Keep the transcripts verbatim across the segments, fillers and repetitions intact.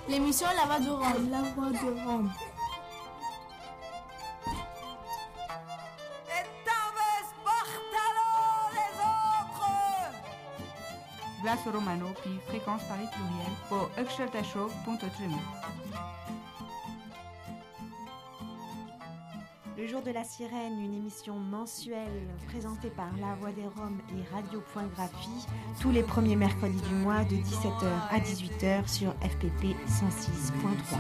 L'émission La Voix de Rome. La Voix de Rome. Glace Romano puis fréquence Paris pluriel pour Öxelteshow punto trim. Le jour de la sirène, une émission mensuelle présentée par La Voix des Roms et Radio.graphie tous les premiers mercredis du mois de dix-sept heures à dix-huit heures sur F P P cent six point trois.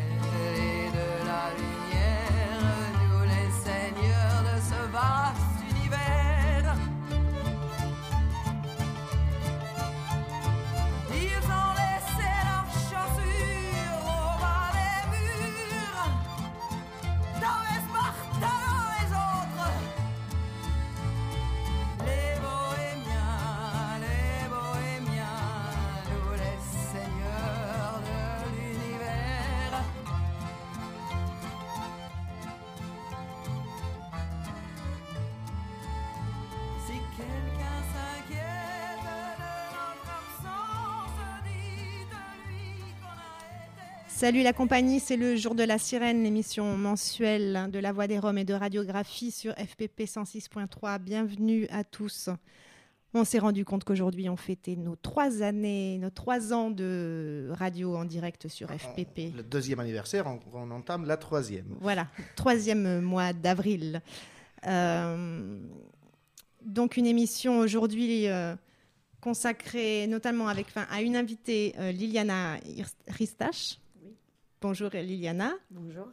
Salut la compagnie, c'est le jour de la sirène, l'émission mensuelle de La Voix des Roms et de Radiographie sur F P P cent six point trois. Bienvenue à tous. On s'est rendu compte qu'aujourd'hui on fêtait nos trois années, nos trois ans de radio en direct sur F P P. Le deuxième anniversaire, on, on entame la troisième. Voilà, troisième mois d'avril. Euh, donc une émission aujourd'hui euh, consacrée notamment avec, enfin, à une invitée, euh, Liliana Ristache. Bonjour Liliana. Bonjour.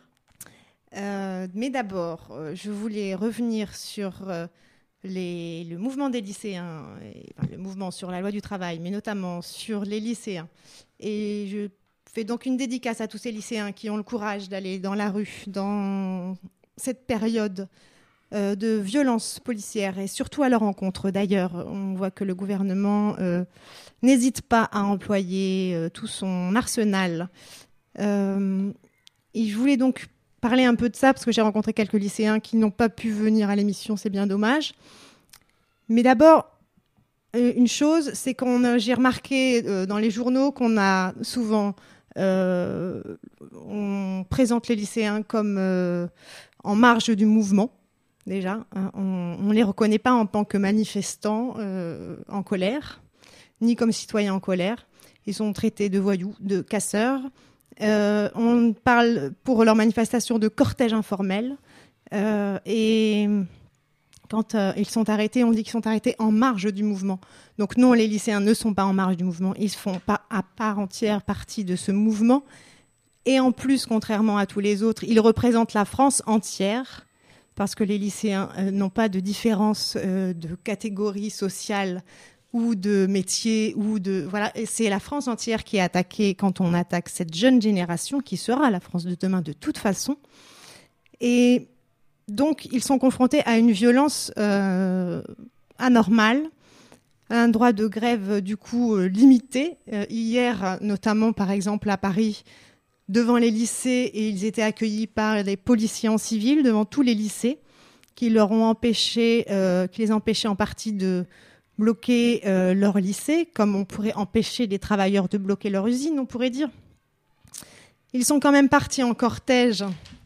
Euh, mais d'abord, euh, je voulais revenir sur euh, les, le mouvement des lycéens, et, enfin, le mouvement sur la loi du travail, mais notamment sur les lycéens. Et je fais donc une dédicace à tous ces lycéens qui ont le courage d'aller dans la rue dans cette période euh, de violence policière et surtout à leur encontre. D'ailleurs, on voit que le gouvernement euh, n'hésite pas à employer euh, tout son arsenal. Euh, et je voulais donc parler un peu de ça parce que j'ai rencontré quelques lycéens qui n'ont pas pu venir à l'émission, c'est bien dommage. Mais d'abord, euh, une chose, c'est qu'on a, j'ai remarqué euh, dans les journaux qu'on a souvent, euh, on présente les lycéens comme euh, en marge du mouvement. Déjà, hein, on ne les reconnaît pas en tant que manifestants euh, en colère, ni comme citoyens en colère. Ils sont traités de voyous, de casseurs. Euh, on parle pour leur manifestation de cortège informel euh, et quand euh, ils sont arrêtés, on dit qu'ils sont arrêtés en marge du mouvement. Donc non, les lycéens ne sont pas en marge du mouvement, ils font pas à part entière partie de ce mouvement et en plus, contrairement à tous les autres, ils représentent la France entière parce que les lycéens euh, n'ont pas de différence euh, de catégorie sociale ou de métier, ou de... Voilà, et c'est la France entière qui est attaquée quand on attaque cette jeune génération qui sera la France de demain de toute façon. Et donc, ils sont confrontés à une violence euh, anormale, un droit de grève, du coup, euh, limité. Euh, hier, notamment, par exemple, à Paris, devant les lycées, et ils étaient accueillis par des policiers en civil, devant tous les lycées, qui leur ont empêché, euh, qui les empêchaient en partie de bloquer euh, leur lycée, comme on pourrait empêcher les travailleurs de bloquer leur usine, on pourrait dire. Ils sont quand même partis en cortège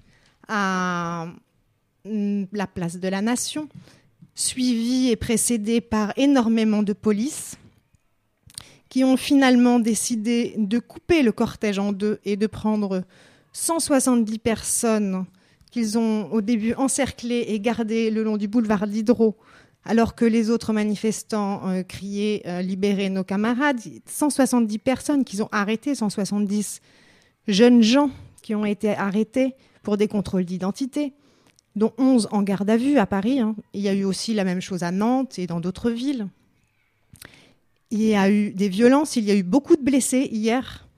à la place de la Nation, suivis et précédés par énormément de police, qui ont finalement décidé de couper le cortège en deux et de prendre cent soixante-dix personnes qu'ils ont au début encerclées et gardées le long du boulevard Diderot, alors que les autres manifestants euh, criaient euh, « Libérez nos camarades ». cent soixante-dix personnes qu'ils ont arrêtées, cent soixante-dix jeunes gens qui ont été arrêtés pour des contrôles d'identité, dont onze en garde à vue à Paris. Hein. Il y a eu aussi la même chose à Nantes et dans d'autres villes. Il y a eu des violences, il y a eu beaucoup de blessés hier.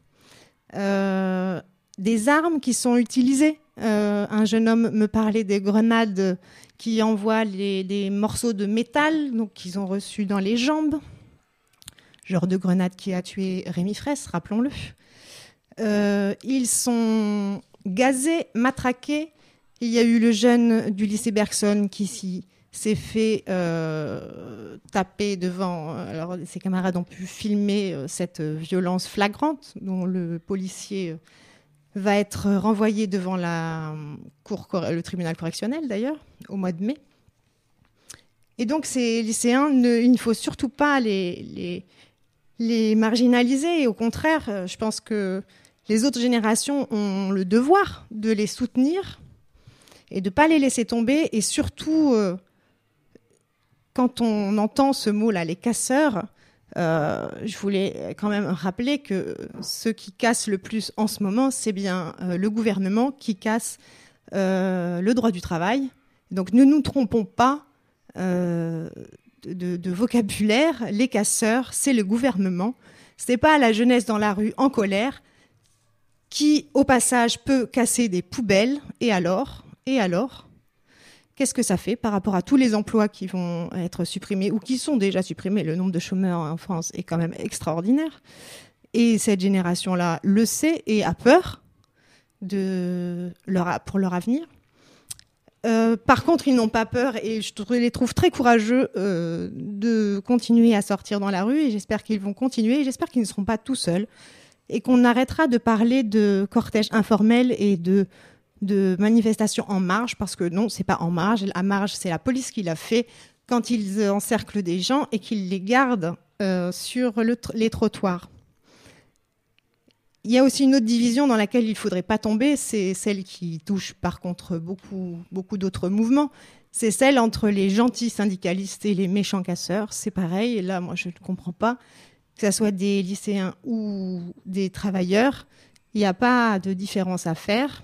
Euh, des armes qui sont utilisées. Euh, un jeune homme me parlait des grenades qui envoient les, des morceaux de métal donc, qu'ils ont reçus dans les jambes. Genre de grenade qui a tué Rémi Fraisse, rappelons-le. Euh, ils sont gazés, matraqués. Il y a eu le jeune du lycée Bergson qui s'y s'est fait euh, taper devant... Alors, ses camarades ont pu filmer euh, cette violence flagrante dont le policier va être renvoyé devant la cour, le tribunal correctionnel, d'ailleurs, au mois de mai. Et donc, ces lycéens, ne, il ne faut surtout pas les, les, les marginaliser. Et au contraire, je pense que les autres générations ont le devoir de les soutenir et de ne pas les laisser tomber. Et surtout, euh, quand on entend ce mot-là, les casseurs, euh, je voulais quand même rappeler que ceux qui cassent le plus en ce moment, c'est bien euh, le gouvernement qui casse euh, le droit du travail. Donc ne nous trompons pas euh, de, de vocabulaire. Les casseurs, c'est le gouvernement. Ce n'est pas la jeunesse dans la rue en colère qui, au passage, peut casser des poubelles. Et alors ? Et alors ? Qu'est-ce que ça fait par rapport à tous les emplois qui vont être supprimés ou qui sont déjà supprimés? Le nombre de chômeurs en France est quand même extraordinaire. Et cette génération-là le sait et a peur de leur, pour leur avenir. Euh, par contre, ils n'ont pas peur et je les trouve très courageux euh, de continuer à sortir dans la rue et j'espère qu'ils vont continuer et j'espère qu'ils ne seront pas tout seuls et qu'on arrêtera de parler de cortège informel et de, de manifestations en marge parce que non, c'est pas en marge. La marge, c'est la police qui l'a fait quand ils encerclent des gens et qu'ils les gardent euh, sur le, les trottoirs. Il y a aussi une autre division dans laquelle il ne faudrait pas tomber, c'est celle qui touche par contre beaucoup, beaucoup d'autres mouvements. C'est celle entre les gentils syndicalistes et les méchants casseurs. C'est pareil, et là, moi, je ne comprends pas. Que ce soit des lycéens ou des travailleurs, il n'y a pas de différence à faire.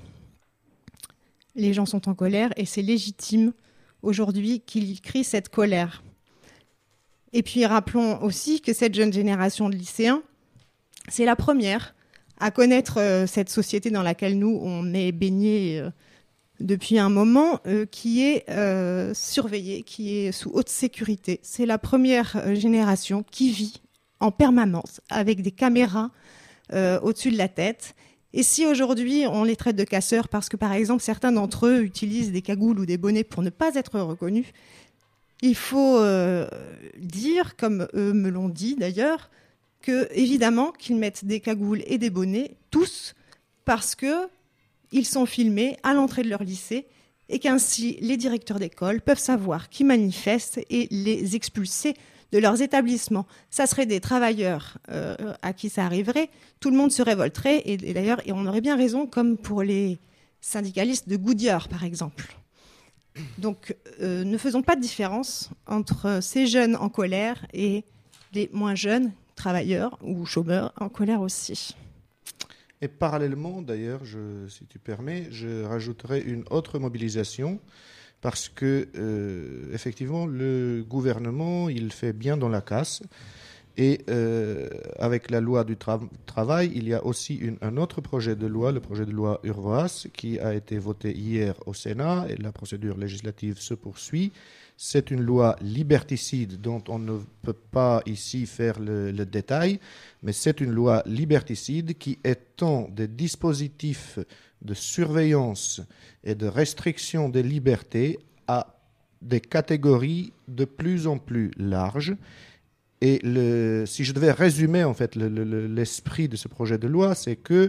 Les gens sont en colère et c'est légitime aujourd'hui qu'ils crient cette colère. Et puis, rappelons aussi que cette jeune génération de lycéens, c'est la première à connaître euh, cette société dans laquelle nous, on est baignés euh, depuis un moment, euh, qui est euh, surveillée, qui est sous haute sécurité. C'est la première euh, génération qui vit en permanence avec des caméras euh, au-dessus de la tête. Et si aujourd'hui, on les traite de casseurs parce que, par exemple, certains d'entre eux utilisent des cagoules ou des bonnets pour ne pas être reconnus, il faut euh, dire, comme eux me l'ont dit d'ailleurs, que, évidemment, qu'ils mettent des cagoules et des bonnets, tous, parce qu'ils sont filmés à l'entrée de leur lycée et qu'ainsi les directeurs d'école peuvent savoir qui manifestent et les expulser de leurs établissements. Ça serait des travailleurs euh, à qui ça arriverait, tout le monde se révolterait et, et d'ailleurs, et on aurait bien raison, comme pour les syndicalistes de Goodyear, par exemple. Donc, euh, ne faisons pas de différence entre ces jeunes en colère et les moins jeunes travailleurs ou chômeurs en colère aussi. Et parallèlement, d'ailleurs, je, si tu permets, je rajouterai une autre mobilisation parce que, euh, effectivement, le gouvernement, il fait bien dans la casse. Et euh, avec la loi du tra- travail, il y a aussi une, un autre projet de loi, le projet de loi Urvoas, qui a été voté hier au Sénat et la procédure législative se poursuit. C'est une loi liberticide dont on ne peut pas ici faire le, le détail, mais c'est une loi liberticide qui étend des dispositifs de surveillance et de restriction des libertés à des catégories de plus en plus larges. Et le, si je devais résumer en fait le, le, l'esprit de ce projet de loi, c'est que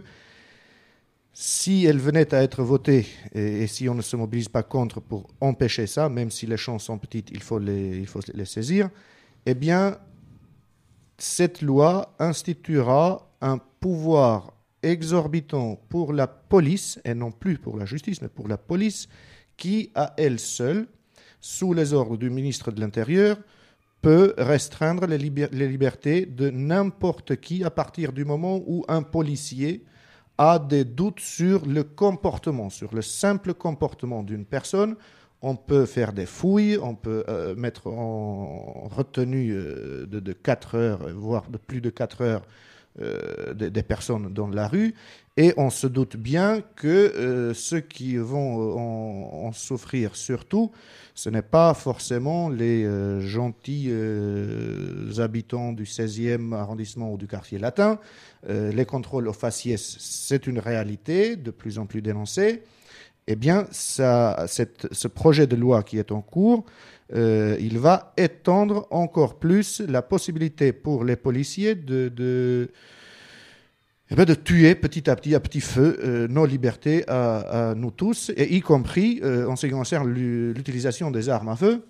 si elle venait à être votée et, et si on ne se mobilise pas contre pour empêcher ça, même si les chances sont petites, il faut les, il faut les saisir, eh bien, cette loi instituera un pouvoir exorbitant pour la police, et non plus pour la justice, mais pour la police, qui, à elle seule, sous les ordres du ministre de l'Intérieur, peut restreindre les, liber- les libertés de n'importe qui à partir du moment où un policier a des doutes sur le comportement, sur le simple comportement d'une personne. On peut faire des fouilles, on peut euh, mettre en retenue euh, de, de quatre heures, voire de plus de quatre heures, euh, des, des personnes dans la rue. Et on se doute bien que euh, ceux qui vont en, en souffrir surtout, ce n'est pas forcément les euh, gentils euh, habitants du seizième arrondissement ou du quartier latin. Euh, les contrôles aux faciès, c'est une réalité de plus en plus dénoncée. eh bien, ça, cette, ce projet de loi qui est en cours, euh, il va étendre encore plus la possibilité pour les policiers de, de, eh bien, de tuer petit à petit, à petit feu, euh, nos libertés à, à nous tous, et y compris euh, en ce qui concerne l'utilisation des armes à feu.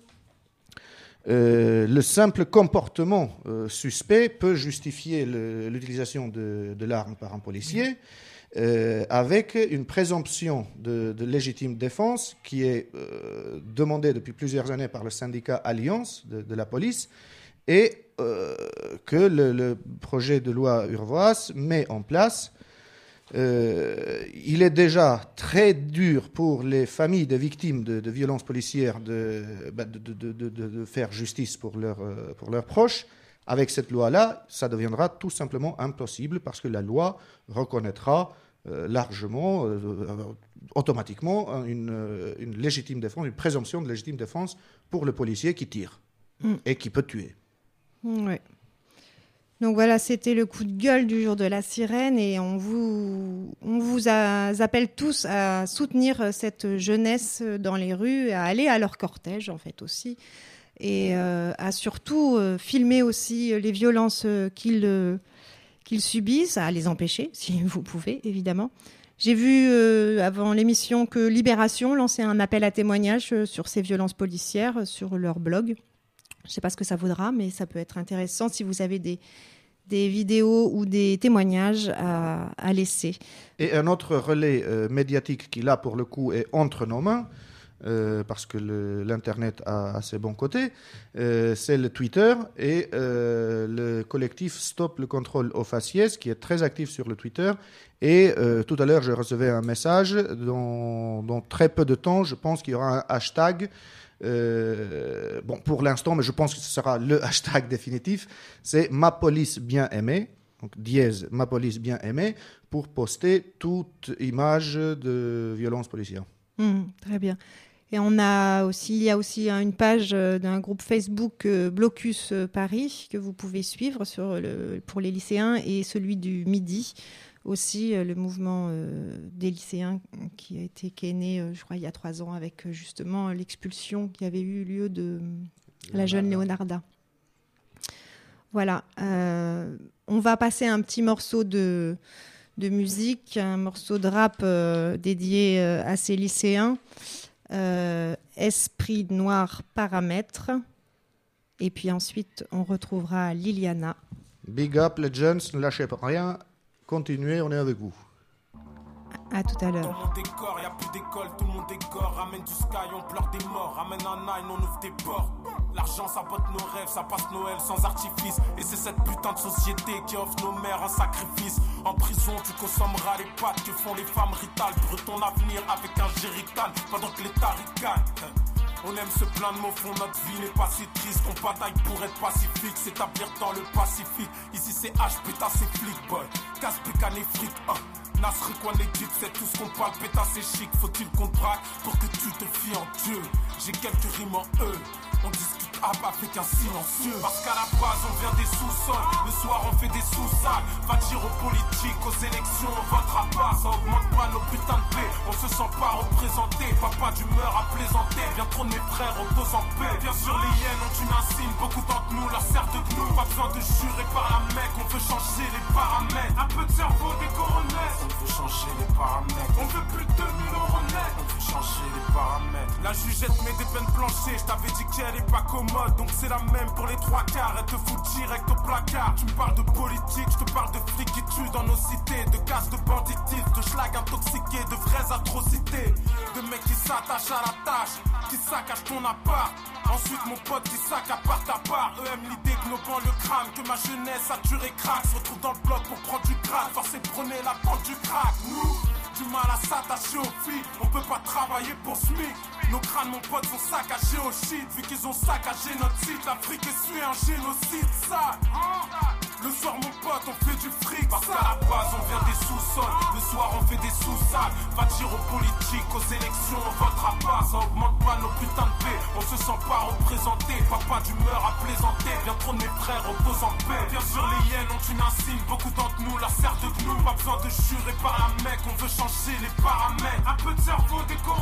Euh, le simple comportement euh, suspect peut justifier le, l'utilisation de, de l'arme par un policier euh, avec une présomption de, de légitime défense qui est euh, demandée depuis plusieurs années par le syndicat Alliance de, de la police et euh, que le, le projet de loi Urvoas met en place. Euh, il est déjà très dur pour les familles de victimes de, de violences policières de, bah, de, de, de, de, de faire justice pour, leur, euh, pour leurs proches. Avec cette loi-là, ça deviendra tout simplement impossible parce que la loi reconnaîtra euh, largement, euh, automatiquement, une, une légitime défense, une présomption de légitime défense pour le policier qui tire mmh. et qui peut tuer. Oui. Donc voilà, c'était le coup de gueule du jour de la sirène et on vous, on vous a, appelle tous à soutenir cette jeunesse dans les rues, à aller à leur cortège en fait aussi et euh, à surtout euh, filmer aussi les violences qu'ils, euh, qu'ils subissent, à les empêcher si vous pouvez évidemment. J'ai vu euh, avant l'émission que Libération lançait un appel à témoignages sur ces violences policières sur leur blog. Je ne sais pas ce que ça vaudra, mais ça peut être intéressant si vous avez des, des vidéos ou des témoignages à, à laisser. Et un autre relais euh, médiatique qui, là, pour le coup, est entre nos mains, euh, parce que le, l'Internet a, a ses bons côtés, euh, c'est le Twitter et euh, le collectif Stop le contrôle aux faciès, qui est très actif sur le Twitter. Et euh, tout à l'heure, je recevais un message. Dans, dans très peu de temps, je pense qu'il y aura un hashtag. Euh, bon, pour l'instant, mais je pense que ce sera le hashtag définitif, c'est ma police bien aimée, donc dièse ma police bien aimée, pour poster toute image de violence policière. Mmh, très bien. Et on a aussi, il y a aussi une page d'un groupe Facebook euh, Blocus Paris que vous pouvez suivre sur le, pour les lycéens et celui du Midi. Aussi euh, le mouvement euh, des lycéens qui a été qui est né, euh, je crois, il y a trois ans avec euh, justement l'expulsion qui avait eu lieu de la jeune Leonarda. Voilà. Euh, on va passer un petit morceau de, de musique, un morceau de rap euh, dédié euh, à ces lycéens. Euh, Esprit noir paramètre. Et puis ensuite, on retrouvera Liliana. Big up les jeunes, ne lâchez pas rien. Continuez, on est avec vous. À tout à l'heure. Dans mon décor, y'a plus d'école, tout le monde décore. Ramène du sky, on pleure des morts. Ramène un nine, on ouvre des portes. L'argent, ça botte nos rêves, ça passe Noël sans artifice. Et c'est cette putain de société qui offre nos mères en sacrifice. En prison, tu consommeras les pâtes que font les femmes ritales. Brûle ton avenir avec un jerrycan pendant que l'État ricane. On aime se plaindre, mais au fond, notre vie n'est pas si triste. On bataille pour être pacifique, s'établir dans le Pacifique. Ici, c'est H, pétasse, c'est flic, boy. Casse, pécan et fric, hein. Nasri, quoi, l'équipe, c'est tout ce qu'on parle. Pétasse, c'est chic, faut-il qu'on te braque pour que tu te fies en Dieu. J'ai quelques rimes en eux. On discute ab avec un silencieux. Parce qu'à la base on vient des sous-sols. Le soir on fait des sous-salles. Va dire aux politiques, aux élections on votera pas. Ça augmente pas nos putains de paix. On se sent pas représenté. Papa d'humeur à plaisanter. Bien trop de mes frères reposent en paix. Bien sûr les hyènes ont une insigne. Beaucoup d'entre nous leur servent de gnous. Pas besoin de jurer par la mec. On veut changer les paramètres. Un peu de cerveau, des coronesses. On veut changer les paramètres. On veut plus de deux mille euros net. On veut changer les paramètres. La jugette met des peines planchées. Je t'avais dit qu'elle est pas commode, donc c'est la même pour les trois quarts. Elle te fout direct au placard. Tu me parles de politique, je te parle de flics qui tuent dans nos cités, de casse de banditisme, de schlag intoxiqués, de vraies atrocités, de mecs qui s'attachent à la tâche, qui saccagent ton appart. Ensuite mon pote qui s'accapare ta part. Eux aiment l'idée que nos bancs le crâne, que ma jeunesse a duré crack. Se retrouve dans le bloc pour prendre du grade, forcé prenez la pente du crack. Nous, du mal à s'attacher aux filles, on peut pas travailler pour SMIC. Nos crânes, mon pote, sont saccagés au shit. Vu qu'ils ont saccagé notre site, l'Afrique essuie un génocide sale. Le soir, mon pote, on fait du fric. Parce qu'à la base, on vient des sous-sols. Le soir, on fait des sous-salles. Va dire aux politiques, aux élections, on votera pas. Ça augmente pas nos putains de paix. On se sent pas représenté. Papa d'humeur à plaisanter. Bien trop de mes frères reposent en paix. Bien sûr, les hyènes ont une insigne. Beaucoup d'entre nous leur servent de gnous. Pas besoin de jurer par la mec. On veut changer les paramètres. Un peu de cerveau, des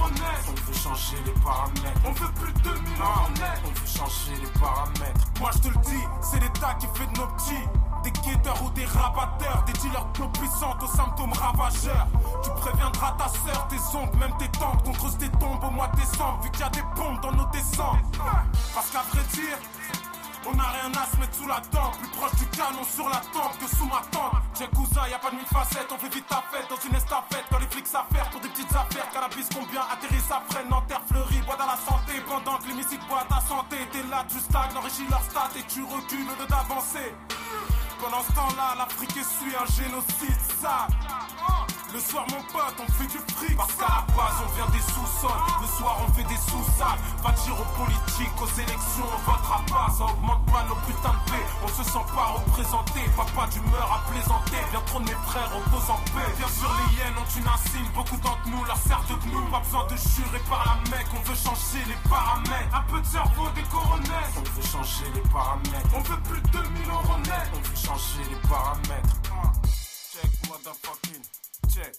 changer les paramètres. On veut plus de deux mille euros net. On veut changer les paramètres. Moi je te le dis, c'est l'État qui fait de nos petits des guetteurs ou des rabatteurs, des dealers de puissantes aux symptômes ravageurs. Tu préviendras ta sœur, tes oncles, même tes tantes, qu'on creuse des tombes au mois de décembre, vu qu'il y a des bombes dans nos descentes. Parce qu'à vrai dire, on n'a rien à se mettre sous la dent, plus proche du canon sur la tempe que sous ma tente. J'ai cousin, y a pas de mille facettes, on fait vite ta fête dans une estafette. Quand les flics s'affairent pour des petites affaires, cannabis combien atterrit sa freine, Nanterre fleurit, bois dans la santé. Pendant que l'hémicycle boit ta santé, t'es là, tu stagnes, enrichis leur stats et tu recules au lieu d'avancer. Pendant ce temps-là, l'Afrique essuie un génocide sale. Le soir, mon pote, on fait du fric. Parce qu'à la base, on vient des sous-sols. Le soir, on fait des sous-salles. Pas de dire aux politiques, aux élections, on votera pas. Ça augmente pas nos putains de paix. On se sent pas représenté. Papa d'humeur à plaisanter. Bien trop de mes frères reposent en paix. Bien sûr, les hyènes ont une insigne. Beaucoup d'entre nous leur servent de gnous. Pas besoin de jurer par la Mecque. On veut changer les paramètres. Un peu de cerveau, des coronesses. On veut changer les paramètres. On veut plus de deux mille euros net. On veut changer les paramètres. Check, motherfucking. Check.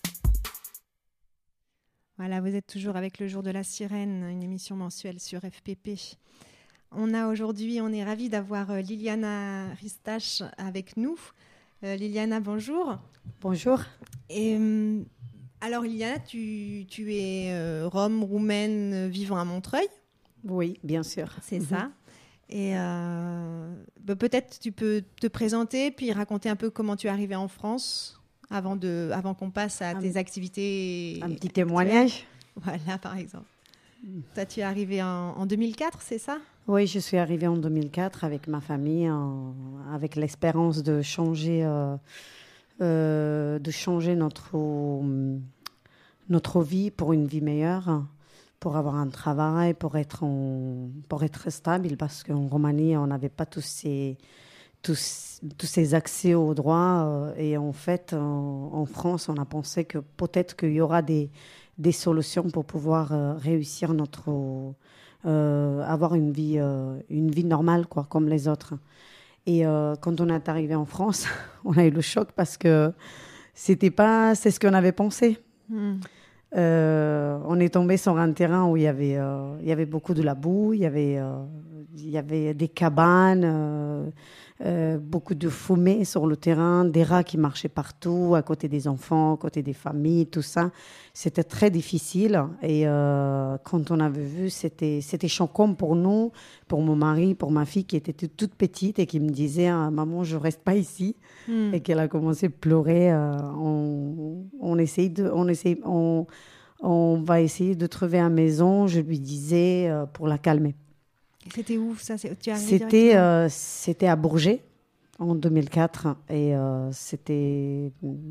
Voilà, vous êtes toujours avec Le Jour de la Sirène, une émission mensuelle sur F P P. On a aujourd'hui, on est ravis d'avoir euh, Liliana Ristache avec nous. Euh, Liliana, bonjour. Bonjour. Et, euh, alors Liliana, tu, tu es euh, rome, roumaine, euh, vivant à Montreuil. Oui, bien sûr. C'est Mm-hmm. ça. Et euh, bah, peut-être tu peux te présenter, puis raconter un peu comment tu es arrivée en France avant, de, avant qu'on passe à un, tes activités. Un petit témoignage. Voilà, par exemple. Mm. Toi, tu es arrivée en, en deux mille quatre, c'est ça ? Oui, je suis arrivée en deux mille quatre avec ma famille, en, avec l'espérance de changer, euh, euh, de changer notre, euh, notre vie pour une vie meilleure, pour avoir un travail, pour être, en, pour être stable, parce qu'en Roumanie, on n'avait pas tous ces, tous, tous ces accès aux droits. Et en fait, en, en France, on a pensé que peut-être qu'il y aura des, des solutions pour pouvoir euh, réussir notre... Euh, avoir une vie, euh, une vie normale, quoi, comme les autres. Et euh, quand on est arrivé en France, on a eu le choc parce que c'était pas, c'est ce qu'on avait pensé. Mm. Euh, on est tombé sur un terrain où il y avait, euh, il y avait beaucoup de la boue, il y avait, euh, il y avait des cabanes, euh, euh, beaucoup de fumée sur le terrain, des rats qui marchaient partout, à côté des enfants, à côté des familles, tout ça. C'était très difficile. Et euh, quand on avait vu, c'était, c'était choquant pour nous, pour mon mari, pour ma fille qui était toute petite et qui me disait ah, « Maman, je ne reste pas ici mm. ». Et qu'elle a commencé à pleurer. Euh, on, on, essaye de, on, essaye, on, on va essayer de trouver une maison, je lui disais, euh, pour la calmer. C'était où ça c'est, tu c'était, euh, c'était à Bourget en deux mille quatre et euh, c'était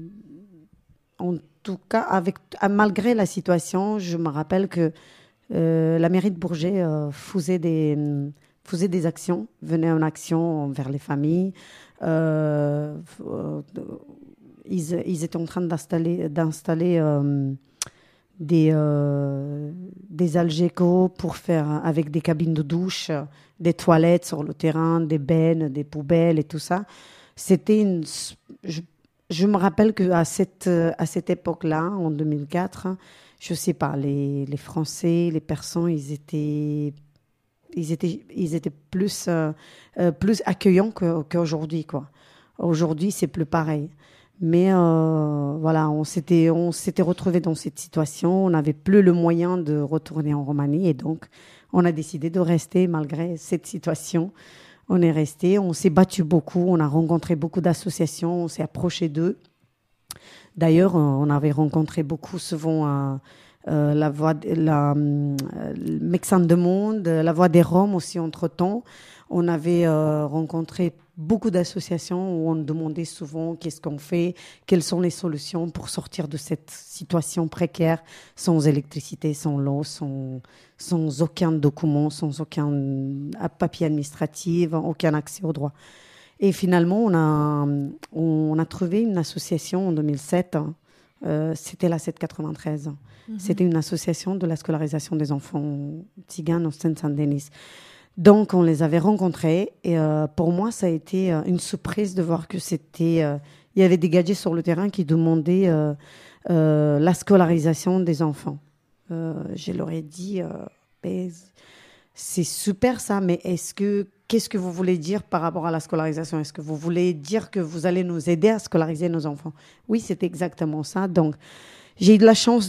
en tout cas avec malgré la situation, je me rappelle que euh, la mairie de Bourget euh, faisait des faisait des actions, venait en action vers les familles. Euh, euh, ils, ils étaient en train d'installer d'installer euh, des, euh, des algécos pour faire avec des cabines de douche, des toilettes sur le terrain, des bennes, des poubelles et tout ça. C'était une... Je, je me rappelle qu'à cette, à cette époque-là, en deux mille quatre, je ne sais pas, les, les Français, les personnes, ils étaient, ils étaient, ils étaient plus, euh, plus accueillants que, qu'aujourd'hui, quoi. Aujourd'hui, c'est plus pareil. Mais euh, voilà, on s'était, on s'était retrouvés dans cette situation. On n'avait plus le moyen de retourner en Roumanie. Et donc, on a décidé de rester malgré cette situation. On est resté, on s'est battu beaucoup. On a rencontré beaucoup d'associations. On s'est approché d'eux. D'ailleurs, on avait rencontré beaucoup souvent euh, euh, la voix, de, la euh, Médecins du Monde, la Voix des Roms aussi entre-temps. On avait euh, rencontré beaucoup d'associations où on demandait souvent qu'est-ce qu'on fait, quelles sont les solutions pour sortir de cette situation précaire, sans électricité, sans l'eau, sans, sans aucun document, sans aucun papier administratif, aucun accès aux droits. Et finalement, on a, on a trouvé une association en deux mille sept, euh, c'était la sept cent quatre-vingt-treize. Mm-hmm. C'était une association de la scolarisation des enfants tziganes au Saint-Denis. Donc, on les avait rencontrés et euh, pour moi, ça a été euh, une surprise de voir que c'était... Euh, il y avait des gadgets sur le terrain qui demandaient euh, euh, la scolarisation des enfants. Euh, je leur ai dit, euh, ben, c'est super ça, mais est-ce que, qu'est-ce que vous voulez dire par rapport à la scolarisation? Est-ce que vous voulez dire que vous allez nous aider à scolariser nos enfants? Oui, c'est exactement ça. Donc, j'ai eu de la chance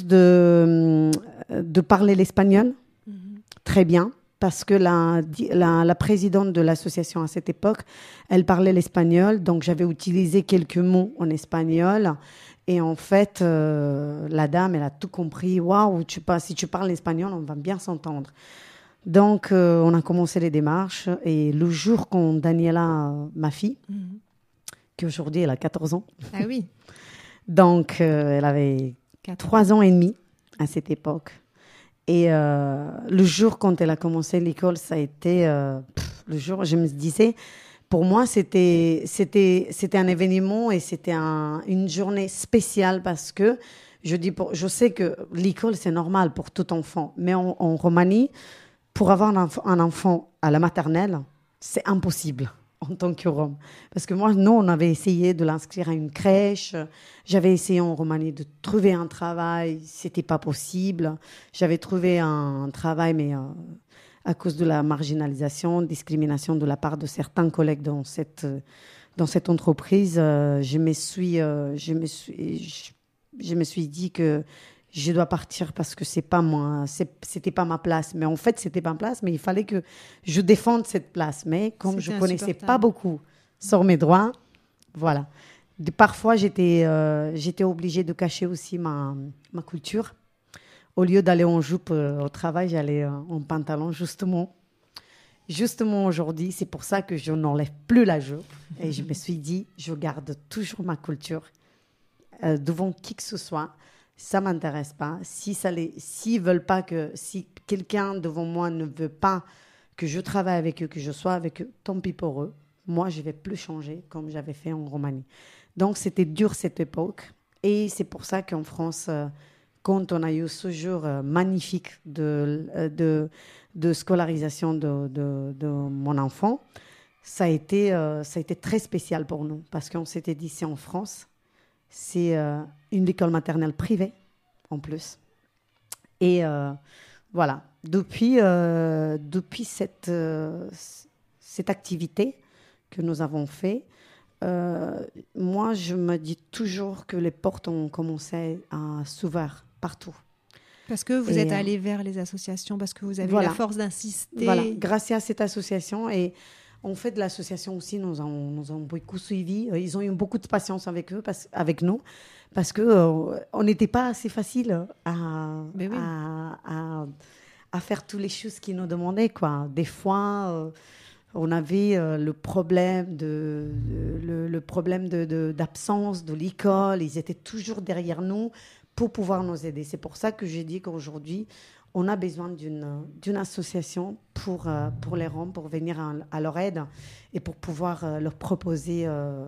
de, de parler l'espagnol mm-hmm. très bien, parce que la, la, la présidente de l'association à cette époque, elle parlait l'espagnol, donc j'avais utilisé quelques mots en espagnol. Et en fait, euh, la dame, elle a tout compris. Waouh, tu pas, si tu parles espagnol, on va bien s'entendre. Donc, euh, on a commencé les démarches. Et le jour quand Daniela, ma fille, mm-hmm. qui aujourd'hui, elle a quatorze ans. Ah oui. Donc, euh, elle avait trois ans et demi à cette époque. Et euh, le jour quand elle a commencé l'école, ça a été... Euh, pff, le jour, je me disais... Pour moi, c'était, c'était, c'était un événement et c'était un, une journée spéciale parce que je, dis pour, je sais que l'école, c'est normal pour tout enfant. Mais en, en Roumanie, pour avoir un enfant, un enfant à la maternelle, c'est impossible en tant que Rome. Parce que moi, nous, on avait essayé de l'inscrire à une crèche. J'avais essayé en Roumanie de trouver un travail. Ce n'était pas possible. J'avais trouvé un, un travail, mais... Euh, à cause de la marginalisation, discrimination de la part de certains collègues dans cette, dans cette entreprise, euh, je, me suis, euh, je, me suis, je, je me suis dit que je dois partir parce que c'est pas moi, c'est, c'était pas ma place. Mais en fait, c'était pas ma place, mais il fallait que je défende cette place. Mais comme c'était je connaissais pas beaucoup sur mes droits, voilà. De, parfois, j'étais, euh, j'étais obligée de cacher aussi ma, ma culture. Au lieu d'aller en jupe euh, au travail, j'allais euh, en pantalon, justement. Justement aujourd'hui, c'est pour ça que je n'enlève plus la jupe. Et je me suis dit, je garde toujours ma culture euh, devant qui que ce soit. Ça ne m'intéresse pas. Si ça les, s'ils veulent pas que, si quelqu'un devant moi ne veut pas que je travaille avec eux, que je sois avec eux, tant pis pour eux. Moi, je ne vais plus changer comme j'avais fait en Roumanie. Donc, c'était dur cette époque. Et c'est pour ça qu'en France... Euh, quand on a eu ce jour euh, magnifique de, de, de scolarisation de, de, de mon enfant, ça a, été, euh, ça a été très spécial pour nous parce qu'on s'était dit, c'est en France, c'est euh, une école maternelle privée en plus. Et euh, voilà, depuis, euh, depuis cette, euh, cette activité que nous avons faite, euh, moi, je me dis toujours que les portes ont commencé à s'ouvrir partout. Parce que vous et êtes allé vers les associations, parce que vous avez voilà. la force d'insister. Voilà, grâce à cette association. Et en fait, l'association aussi nous ont, nous ont beaucoup suivis. Ils ont eu beaucoup de patience avec, eux, parce, avec nous, parce qu'on euh, n'était pas assez facile à, oui. à, à, à faire toutes les choses qu'ils nous demandaient, quoi. Des fois... Euh, on avait euh, le problème, de, de, le, le problème de, de, d'absence de l'école. Ils étaient toujours derrière nous pour pouvoir nous aider. C'est pour ça que j'ai dit qu'aujourd'hui, on a besoin d'une, d'une association pour, euh, pour les Roms, pour venir à, à leur aide et pour pouvoir euh, leur proposer euh,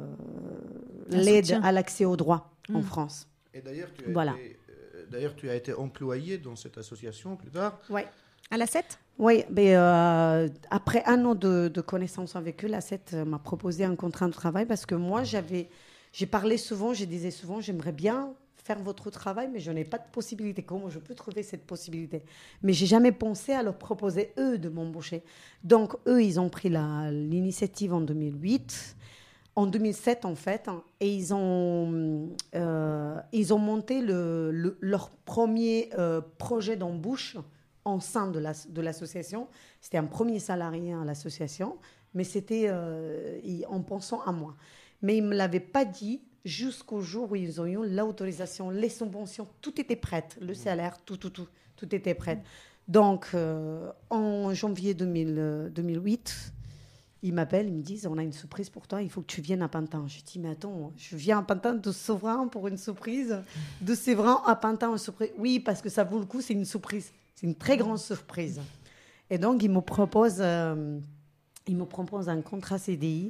l'aide soutien. À l'accès aux droits mmh. en France. Et d'ailleurs, tu as voilà. été, euh, d'ailleurs, tu as été employée dans cette association plus tard. Oui. À la sept ? Oui, mais euh, après un an de, de connaissance avec eux, la sept m'a proposé un contrat de travail parce que moi, j'avais, j'ai parlé souvent, je disais souvent, j'aimerais bien faire votre travail, mais je n'ai pas de possibilité. Comment je peux trouver cette possibilité? Mais je n'ai jamais pensé à leur proposer, eux, de m'embaucher. Donc, eux, ils ont pris la, l'initiative en deux mille huit, en deux mille sept, en fait, hein, et ils ont, euh, ils ont monté le, le, leur premier euh, projet d'embauche en sein de, la, de l'association. C'était un premier salarié à l'association, mais c'était euh, en pensant à moi. Mais ils ne me l'avaient pas dit jusqu'au jour où ils ont eu l'autorisation, les subventions, tout était prêt, le salaire, tout, tout, tout, tout était prêt. Donc, euh, en janvier deux mille, deux mille huit, ils m'appellent, ils me disent, on a une surprise pour toi, il faut que tu viennes à Pantin. Je dis, mais attends, je viens à Pantin de Sovrin pour une surprise, de Séverin à Pantin, une surprise. Oui, parce que ça vaut le coup, c'est une surprise. C'est une très grande surprise. Et donc, ils me proposent, euh, ils me proposent un contrat C D I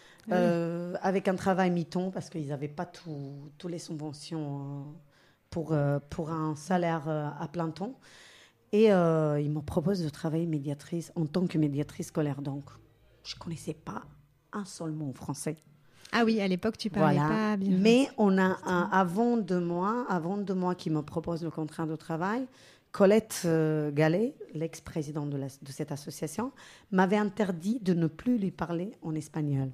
euh, oui. avec un travail mi-temps parce qu'ils n'avaient pas toutes les subventions euh, pour, euh, pour un salaire euh, à plein temps. Et euh, ils me proposent de travailler médiatrice, en tant que médiatrice scolaire. Donc, je ne connaissais pas un seul mot en français. Ah oui, à l'époque, tu ne parlais voilà. pas bien. Mais on a un, avant deux mois, avant deux mois qu'ils me proposent le contrat de travail, Colette euh, Gallet, l'ex-présidente de, la, de cette association, m'avait interdit de ne plus lui parler en espagnol.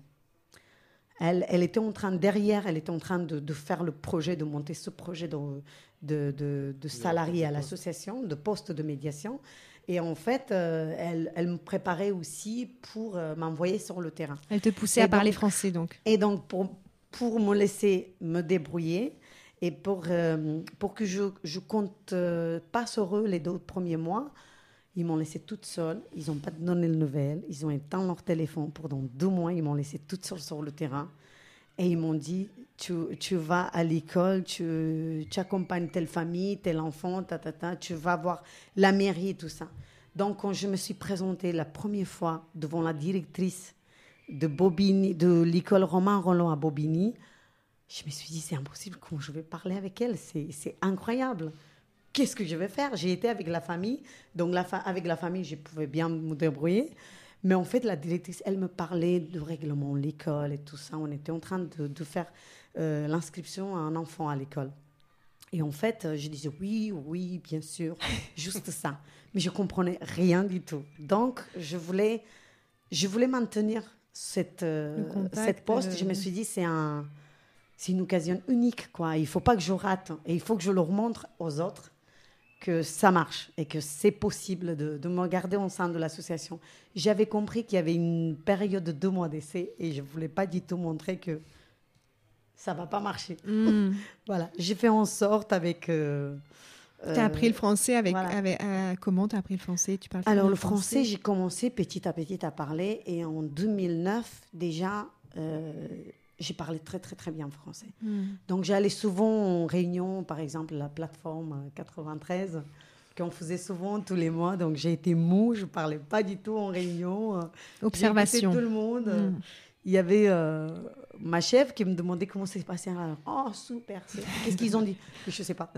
Elle, elle était en train, derrière, elle était en train de, de faire le projet, de monter ce projet de, de, de, de salariés à l'association, de poste de médiation. Et en fait, euh, elle, elle me préparait aussi pour euh, m'envoyer sur le terrain. Elle te poussait Et à parler donc- français, donc. Et donc, pour, pour me laisser me débrouiller et pour, euh, pour que je ne compte euh, pas sur eux les deux premiers mois, ils m'ont laissée toute seule. Ils n'ont pas donné de nouvelles. Ils ont éteint leur téléphone pendant deux mois. Ils m'ont laissée toute seule sur le terrain. Et ils m'ont dit, tu, tu vas à l'école, tu, tu accompagnes telle famille, tel enfant, ta, ta, ta, tu vas voir la mairie et tout ça. Donc, quand je me suis présentée la première fois devant la directrice de, Bobigny, de l'école Romain Rolland à Bobigny, je me suis dit, c'est impossible, comment je vais parler avec elle, c'est, c'est incroyable. Qu'est-ce que je vais faire? J'ai été avec la famille, donc la fa- avec la famille, je pouvais bien me débrouiller. Mais en fait, la directrice, elle me parlait de règlement, l'école et tout ça. On était en train de, de faire euh, l'inscription à un enfant à l'école. Et en fait, je disais oui, oui, bien sûr, juste ça. Mais je comprenais rien du tout. Donc, je voulais, je voulais maintenir cette, euh, Le contact, cette poste. euh, Je me suis dit, c'est un, c'est une occasion unique, quoi. Il faut pas que je rate. Et il faut que je leur montre aux autres que ça marche et que c'est possible de, de me garder au sein de l'association. J'avais compris qu'il y avait une période de deux mois d'essai et je ne voulais pas du tout montrer que ça ne va pas marcher. Mm. Voilà, j'ai fait en sorte avec... Euh, Tu as appris le français avec... voilà. avec euh, comment tu as appris le français? Tu parles très Alors, bien le français, j'ai commencé petit à petit à parler et en deux mille neuf, déjà, euh, j'ai parlé très, très, très bien français. Mm. Donc, j'allais souvent en réunion, par exemple, la plateforme euh, quatre-vingt-treize, qu'on faisait souvent tous les mois. Donc, j'ai été mou, je ne parlais pas du tout en réunion. euh, Observation. J'écoutais tout le monde. euh, Mm. Il y avait euh, ma chef qui me demandait comment ça s'est passé. Alors, oh, super. c'est- Qu'est-ce qu'ils ont dit? Je ne sais pas.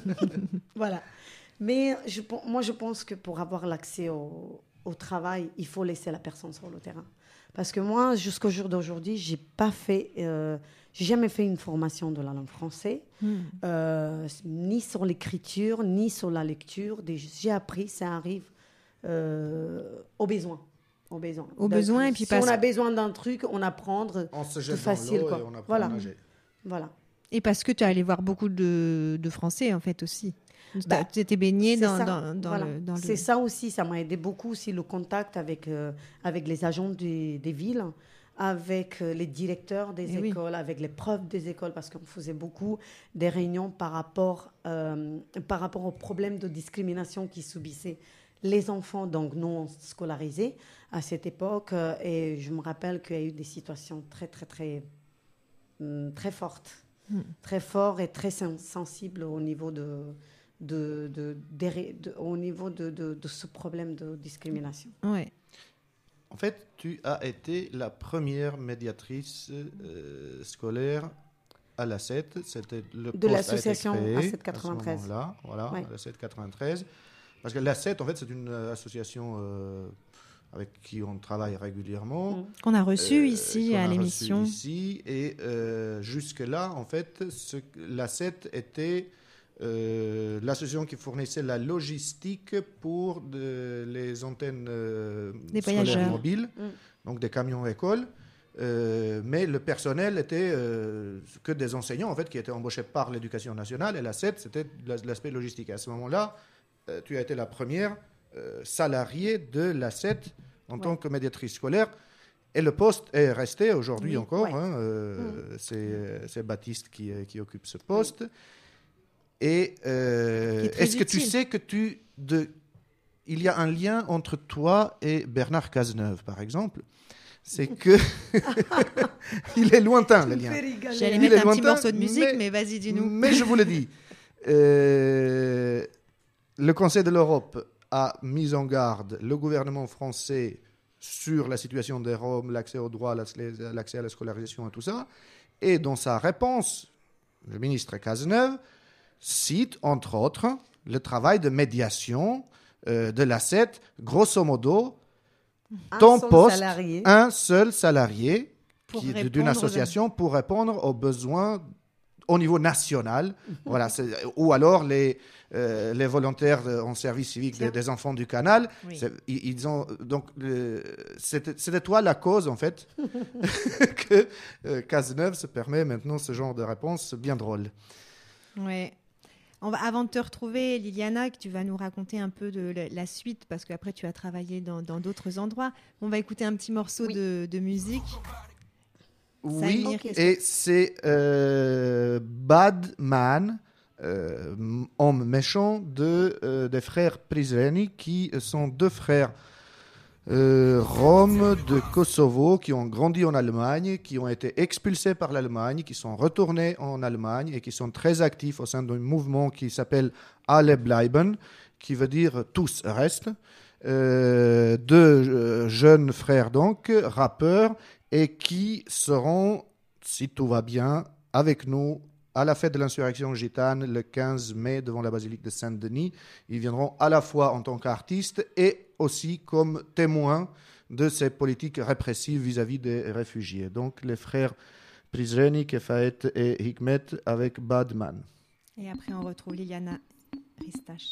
Voilà. Mais je, pen- moi, je pense que pour avoir l'accès au, au travail, il faut laisser la personne sur le terrain. Parce que moi, jusqu'au jour d'aujourd'hui, j'ai pas fait, euh, j'ai jamais fait une formation de la langue française, Mm. euh, ni sur l'écriture, ni sur la lecture. Des- J'ai appris, ça arrive euh, au besoin. Au besoin. Au D'un besoin, truc. et puis si parce- on a besoin d'un truc, on apprend. On se C'est jette facile, dans l'eau quoi. et on apprend Voilà. à nager. Voilà. Et parce que tu es allé voir beaucoup de, de Français, en fait, aussi. Bah, tu étais baigné C'est dans, ça, dans, dans voilà. le... Dans le... C'est ça aussi, ça m'a aidé beaucoup aussi le contact avec, euh, avec les agents des, des villes, avec euh, les directeurs des Eh oui. écoles, avec les profs des écoles, parce qu'on faisait beaucoup des réunions par rapport, euh, par rapport aux problèmes de discrimination qui subissaient les enfants donc non scolarisés à cette époque. euh, Et je me rappelle qu'il y a eu des situations très, très, très, hum, très fortes, Mm. très fortes et très sen- sensibles au niveau de... De, de, des ré- de- au niveau de, de, de ce problème de discrimination. Ouais. En fait, tu as été la première médiatrice euh, scolaire à l'A C E T. C'était le De poste a été l'association créé A C E T à ce quatre-vingt-treize. moment-là, voilà, Ouais. à l'A C E T quatre-vingt-treize. Parce que l'A C E T, en fait, c'est une euh, association euh, avec qui on travaille régulièrement. Mm. Qu'on a reçu Euh, ici qu'on a à reçu l'émission. Ici, et euh, jusque-là, en fait, ce, l'A C E T était euh, l'association qui fournissait la logistique pour de- les antennes euh, Des scolaires voyageurs. mobiles, Mm. donc des camions écoles. Euh, mais le personnel était euh, que des enseignants en fait qui étaient embauchés par l'Éducation nationale, et l'A C E T c'était de la- de l'aspect logistique. À ce moment-là, euh, tu as été la première euh, salariée de l'A C E T en Ouais. tant que médiatrice scolaire. Et le poste est resté aujourd'hui Oui, encore. ouais. hein, euh, c'est, c'est Baptiste qui, qui occupe ce poste. Et euh, Qui est très est-ce que tu utile. sais que tu de, il y a un lien entre toi et Bernard Cazeneuve, par exemple? C'est que il est lointain le lien. J'allais Il mettre est un petit lointain, morceau de musique, mais, mais- vas-y, dis-nous. Mais je vous le dis, euh, le Conseil de l'Europe a mis en garde le gouvernement français sur la situation des Roms, l'accès au droit, l'accès à la scolarisation et tout ça. Et dans sa réponse, le ministre Cazeneuve cite, entre autres, le travail de médiation euh, de l'A C E T, grosso modo, Un ton seul poste, salarié. un seul salarié Pour qui- répondre d'une aux- association pour répondre aux besoins au niveau national. Voilà, c'est, ou alors les, euh, les volontaires en service civique des, des enfants du canal. Oui. Ils, ils ont, donc, le, c'était, c'était toi la cause, en fait, que euh, Cazeneuve se permet maintenant ce genre de réponse bien drôle. Ouais. On va, avant de te retrouver, Liliana, que tu vas nous raconter un peu de la, la suite, parce qu'après tu as travaillé dans, dans d'autres endroits. On va écouter un petit morceau Oui. de, de musique. Oui, Samir, qu'est-ce et c'est euh, Bad Man, euh, homme méchant, de, euh, des frères Prizreni, qui sont deux frères euh, roms de Kosovo, qui ont grandi en Allemagne, qui ont été expulsés par l'Allemagne, qui sont retournés en Allemagne et qui sont très actifs au sein d'un mouvement qui s'appelle Alle bleiben, qui veut dire tous restent. Euh, deux euh, jeunes frères donc, rappeurs, et qui seront, si tout va bien, avec nous à la fête de l'insurrection gitane le quinze mai devant la basilique de Saint-Denis. Ils viendront à la fois en tant qu'artistes et aussi comme témoins de ces politiques répressives vis-à-vis des réfugiés. Donc les frères Prizreni, Kefaet et Hikmet avec Bad Man. Et après, on retrouve Liliana Ristache.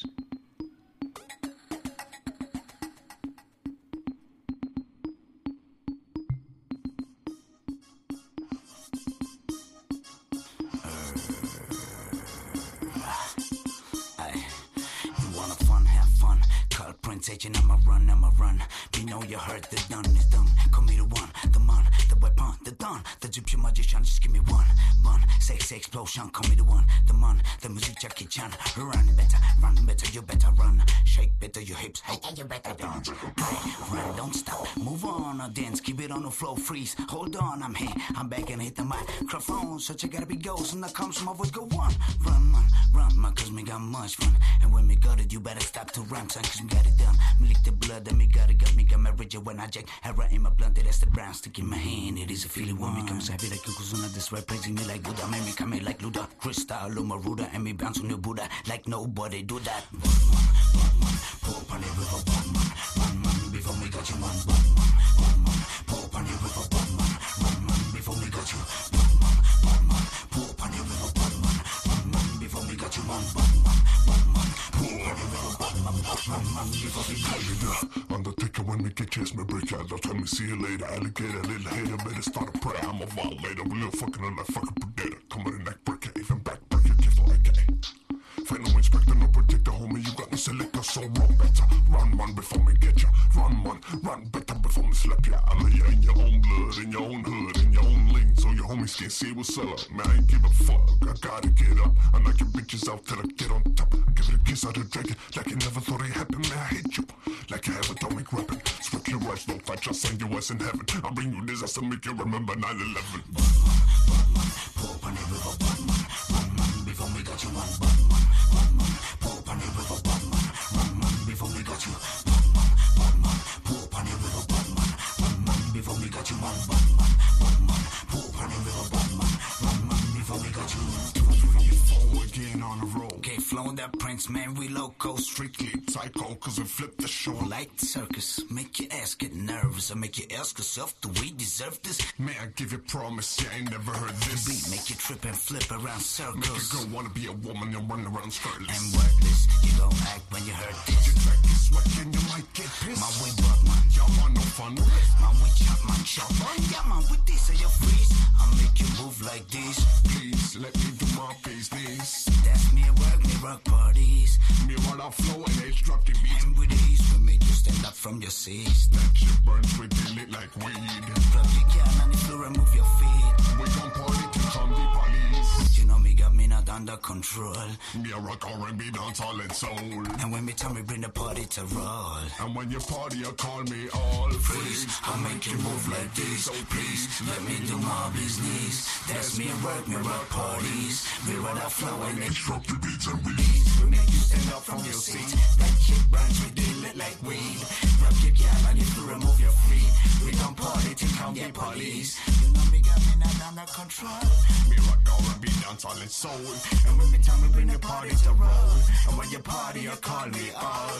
Agent, I'ma run, I'ma run. We know you heard the done is done. Call me the one, the man, the weapon, the dawn, the Egyptian magician. Just give me one, one, sex explosion. Call me the one, the man, the music Jackie Chan. Run better, run better, you better run. Shake better your hips, hey, you better dance. Hey, run, don't stop, move on or dance. Keep it on the floor, freeze. Hold on, I'm here, I'm back and hit the microphone. So you gotta be ghost, and that comes from my voice. Go one, run, man, run, man, cause me got much fun. And when me got it, you better stop to run, son, cause me got it done. Me lick the blood and me got it, got me, got my rigid when I jack. Hera in my blunt, that's the brown stick in my hand. It is a feeling when me comes happy like Yokozuna. This right praising me like Buddha. Make me come in like Luda. Crystal, Lumaruda, and me bounce on your Buddha. Like nobody do that. Batman, Batman, pour upon the river, Batman, Batman, before me got you, man, Batman, Batman, pour upon the river, Batman, Batman, before me got you, Batman, Batman, pour upon the river, Batman, Batman, before me got you, man, Batman, Batman, pour upon the river, Batman, Batman, before me got you. Undertaker, when we get chased, me break out. Don't tell me see you later. Alligator, little hater, better start a prayer. I'm a violator, real fucking on that fucking predator. Come with a neck breaker, even back breaker, gift like A. Find no inspector, no protector, homie. You got no selector, so run better. Run, run before me get ya. Run, run, run better before me slap ya. I lay ya in your own blood, in your own hood, in your own lane, so your homies can't see what's up. Man, I ain't give a fuck. I gotta get up. I knock your bitches out till I get on top. I give it a kiss out of dragon, like you never thought it happened. Man, I hate you, like you have atomic weapon. Switch your rights, don't fight, just send your ass in heaven. I'll bring you this ass to make you remember nine eleven. Batman, Batman, pour upon the river, Batman, Batman, before me got you, man, Batman, Batman, pour upon the river, Batman, Batman, before me got you, Batman, Batman, pour upon the river, Batman, Batman, before me got you, man, Batman, Batman, pour upon the river, Batman, Batman, before me got you. Two, three, four, again on the road. Okay, flowing that Prince, man, we loco, Strictly psycho, cause we flip the show. like the circus. Make your ass get nervous, or make you ask yourself, do we deserve this? May I give you promise, you ain't never heard Beat this. make you trip and flip around Make a circles. girl wanna be a woman and run around And skirtless. worthless, you gon' act when you heard this. Your track is wet and you might get pissed. My way, Batman, Y'all want no fun with it? my way, chop, man, chop, man. Yeah, man, with this, so you freeze. I'll make you move like this. Please let me do my business. That's me at work, me rock parties. Me while I flow and H drop the beat. And with ease, we make you stand up from your seats. That shit burns with lit like weed. Grab your can on the floor and move your feet. We gon' party till come the police. You know me got me not under control. Me a rock R and B, dance all and soul. And when me tell me bring the party to roll. And when you party, you call me all Freeze, freeze. I'll make you move like this. Please, let me do my business. That's me at work, me rock parties. Me run out flow and H drop the beats and release. we make you stand up from your seat. That shit burns, we do it like weed. Rub your gal and if you remove your feet. We don't party till come the police. You know me got me not under control. Me rock R and B, dance all and soul. And when me tell me bring the party to roll. And when you party, you call me all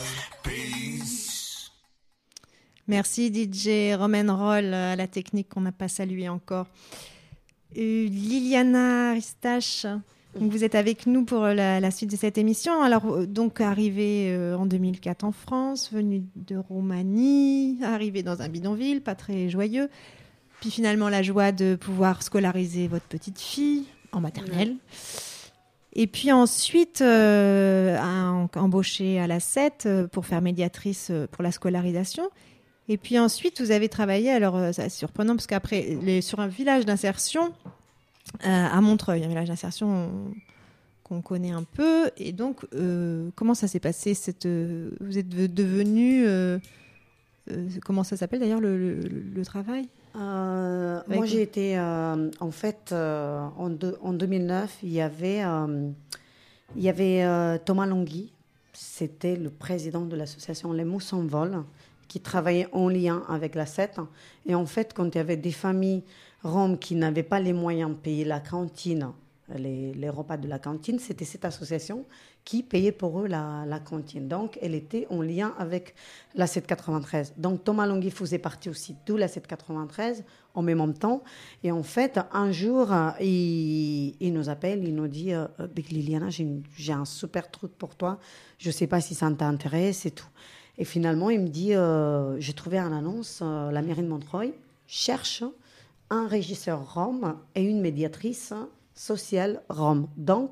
peace. Merci D J Roman Roll à la technique qu'on n'a pas saluée encore. Euh, Liliana Ristache, donc vous êtes avec nous pour la, la suite de cette émission. Alors, euh, donc, arrivée euh, en deux mille quatre en France, venue de Roumanie, arrivée dans un bidonville, pas très joyeux. Puis finalement, la joie de pouvoir scolariser votre petite fille en maternelle. Et puis ensuite, euh, un- embauchée à la sept euh, pour faire médiatrice euh, pour la scolarisation. Et puis ensuite, vous avez travaillé, alors euh, c'est surprenant parce qu'après, les- sur un village d'insertion euh, à Montreuil, un village d'insertion on- qu'on connaît un peu. Et donc, euh, comment ça s'est passé cette, euh, vous êtes de- devenu, euh, euh, comment ça s'appelle d'ailleurs le, le- le travail? Euh, Avec- moi, j'ai été, euh, en fait, euh, en, deux- en deux mille neuf, il y avait, euh, il y avait euh, Thomas Longhi, c'était le président de l'association Les Mots s'envolent, qui travaillait en lien avec la sept. Et en fait, quand il y avait des familles roms qui n'avaient pas les moyens de payer la cantine, les, les repas de la cantine, c'était cette association qui payait pour eux la, la cantine. Donc, elle était en lien avec la sept quatre-vingt-treize. Donc, Thomas Longhi faisait partie aussi de la sept quatre-vingt-treize en même temps. Et en fait, un jour, euh, il, il nous appelle, il nous dit euh, Big Liliana, j'ai, une- j'ai un super truc pour toi. Je ne sais pas si ça t'intéresse et tout. Et finalement, il me dit euh, j'ai trouvé une annonce, euh, la mairie de Montreuil cherche un régisseur rome et une médiatrice sociale rome. Donc,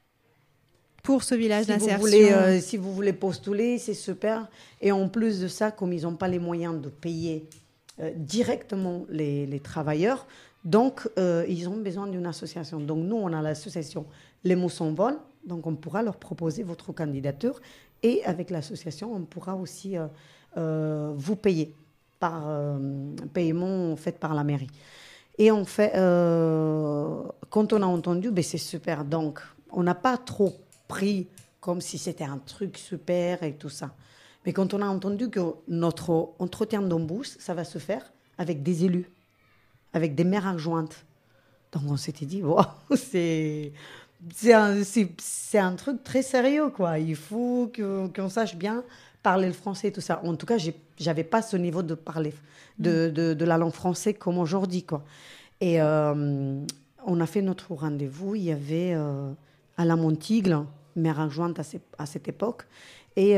Pour ce village si vous, d'insertion. voulez, euh, si vous voulez postuler, c'est super. Et en plus de ça, comme ils n'ont pas les moyens de payer euh, directement les, les travailleurs, donc euh, ils ont besoin d'une association. Donc nous, on a l'association Les Mots s'envolent, donc on pourra leur proposer votre candidature. Et avec l'association, on pourra aussi euh, euh, vous payer par euh, paiement fait par la mairie. Et en fait, euh, quand on a entendu, ben c'est super. Donc, on n'a pas trop pris comme si c'était un truc super et tout ça. Mais quand on a entendu que notre entretien d'embauche, ça va se faire avec des élus, avec des maires adjointes. Donc, on s'était dit, wow, c'est... C'est un, c'est, c'est un truc très sérieux, quoi. Il faut que, qu'on sache bien parler le français et tout ça. En tout cas, j'ai, j'avais pas ce niveau de parler de, de, de la langue française comme aujourd'hui, quoi. Et euh, on a fait notre rendez-vous. Il y avait euh, Alain Montigle, maire adjointe à, ce, à cette époque, et,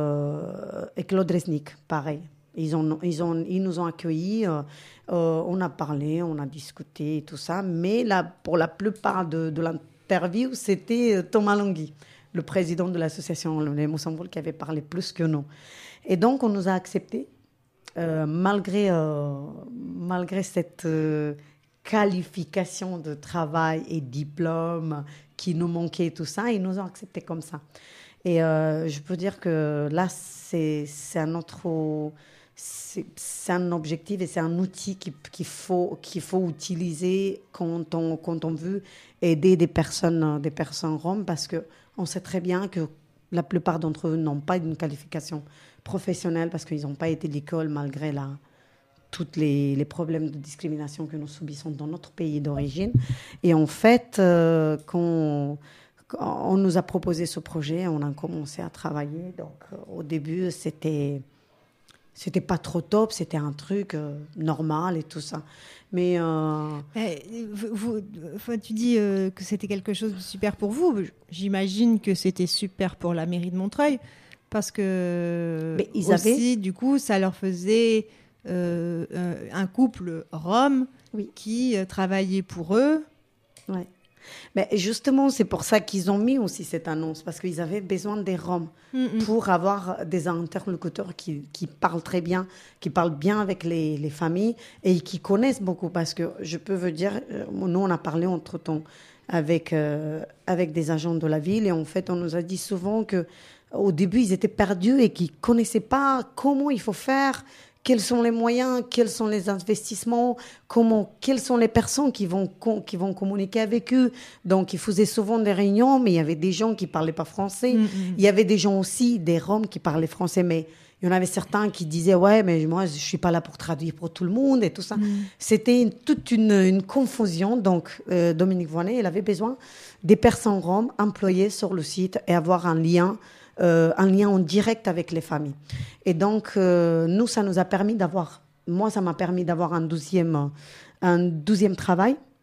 euh, et Claude Resnick, pareil. Ils, ont, ils, ont, ils nous ont accueillis, euh, euh, on a parlé, on a discuté et tout ça. Mais là, pour la plupart de, de l'interview, c'était Thomas Longhi, le président de l'association Les Mots s'envolent, qui avait parlé plus que nous. Et donc, on nous a acceptés, euh, malgré, euh, malgré cette euh, qualification de travail et diplôme qui nous manquait et tout ça, ils nous ont acceptés comme ça. Et euh, je peux dire que là, c'est, c'est un autre... C'est, c'est un objectif et c'est un outil qu'il, qu'il, faut, qu'il faut utiliser quand on, quand on veut aider des personnes, des personnes roms, parce qu'on sait très bien que la plupart d'entre eux n'ont pas une qualification professionnelle parce qu'ils n'ont pas été à l'école malgré la, tous les, les problèmes de discrimination que nous subissons dans notre pays d'origine. Et en fait, euh, quand, quand on nous a proposé ce projet, on a commencé à travailler. Donc, euh, au début, c'était... C'était pas trop top, c'était un truc euh, normal et tout ça. Mais. Euh... Eh, vous, vous, tu dis euh, que c'était quelque chose de super pour vous. J'imagine que c'était super pour la mairie de Montreuil, parce que. Mais ils aussi, avaient... du coup, ça leur faisait euh, un couple rome oui. qui euh, travaillait pour eux. Ouais. Mais justement, c'est pour ça qu'ils ont mis aussi cette annonce, parce qu'ils avaient besoin des Roms mm-hmm. pour avoir des interlocuteurs qui, qui parlent très bien, qui parlent bien avec les, les familles et qui connaissent beaucoup. Parce que je peux vous dire, nous, on a parlé entre-temps avec, euh, avec des agents de la ville et en fait, on nous a dit souvent qu'au début, ils étaient perdus et qu'ils ne connaissaient pas comment il faut faire. Quels sont les moyens, quels sont les investissements, comment, quelles sont les personnes qui vont, qui vont communiquer avec eux. Donc, ils faisaient souvent des réunions, mais il y avait des gens qui ne parlaient pas français. Mm-hmm. Il y avait des gens aussi, des Roms qui parlaient français, mais il y en avait certains qui disaient « Ouais, mais moi, je ne suis pas là pour traduire pour tout le monde » et tout ça. Mm. C'était une, toute une, une confusion. Donc, euh, Dominique Voynet, il avait besoin des personnes Roms employées sur le site et avoir un lien Euh, un lien en direct avec les familles. Et donc, euh, nous, ça nous a permis d'avoir... Moi, ça m'a permis d'avoir un douzième, un douzième travail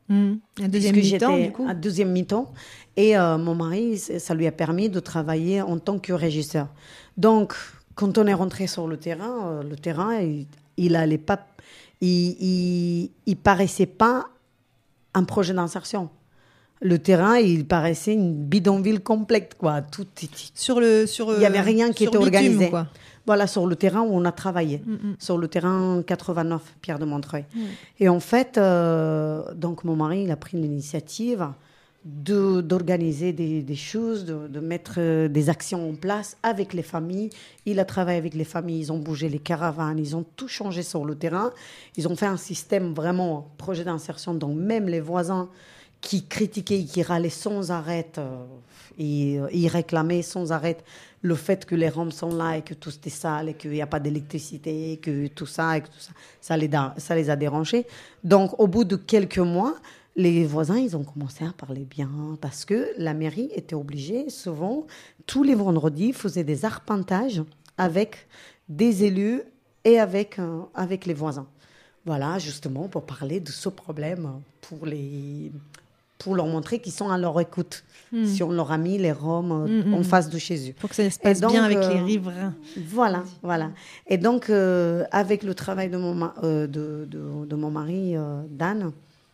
Mmh. Un deuxième puisque mi-temps, j'étais du coup. à deuxième mi-temps. Et euh, mon mari, ça lui a permis de travailler en tant que régisseur. Donc, quand on est rentré sur le terrain, euh, le terrain, il, il allait pas, il, il, il paraissait pas un projet d'insertion. Le terrain, il paraissait une bidonville complète, quoi. Tout était... Sur le, sur, Il y avait rien qui sur était bitume, organisé. quoi. Voilà, sur le terrain où on a travaillé, Mm-mm. sur le terrain quatre-vingt-neuf, Pierre de Montreuil. Mm. Et en fait, euh, donc mon mari, il a pris l'initiative de, d'organiser des, des choses, de, de mettre euh, des actions en place avec les familles. Il a travaillé avec les familles, ils ont bougé les caravanes, ils ont tout changé sur le terrain. Ils ont fait un système vraiment, projet d'insertion, donc même les voisins qui critiquaient, qui râlaient sans arrêt, euh, et, euh, ils réclamaient sans arrêt le fait que les rampes sont là et que tout est sale et qu'il n'y a pas d'électricité, que tout ça, et que tout ça, ça les, da- ça les a dérangés. Donc, au bout de quelques mois, les voisins, ils ont commencé à parler bien parce que la mairie était obligée, souvent, tous les vendredis, faisait des arpentages avec des élus et avec, euh, avec les voisins. Voilà, justement, pour parler de ce problème, pour, les, pour leur montrer qu'ils sont à leur écoute. Mmh. Si on leur a mis les Roms euh, mmh, en face de chez eux. Pour que ça se passe donc, bien avec euh, les riverains. Voilà, voilà. Et donc, euh, avec le travail de mon, ma- euh, de, de, de mon mari, euh, Dan,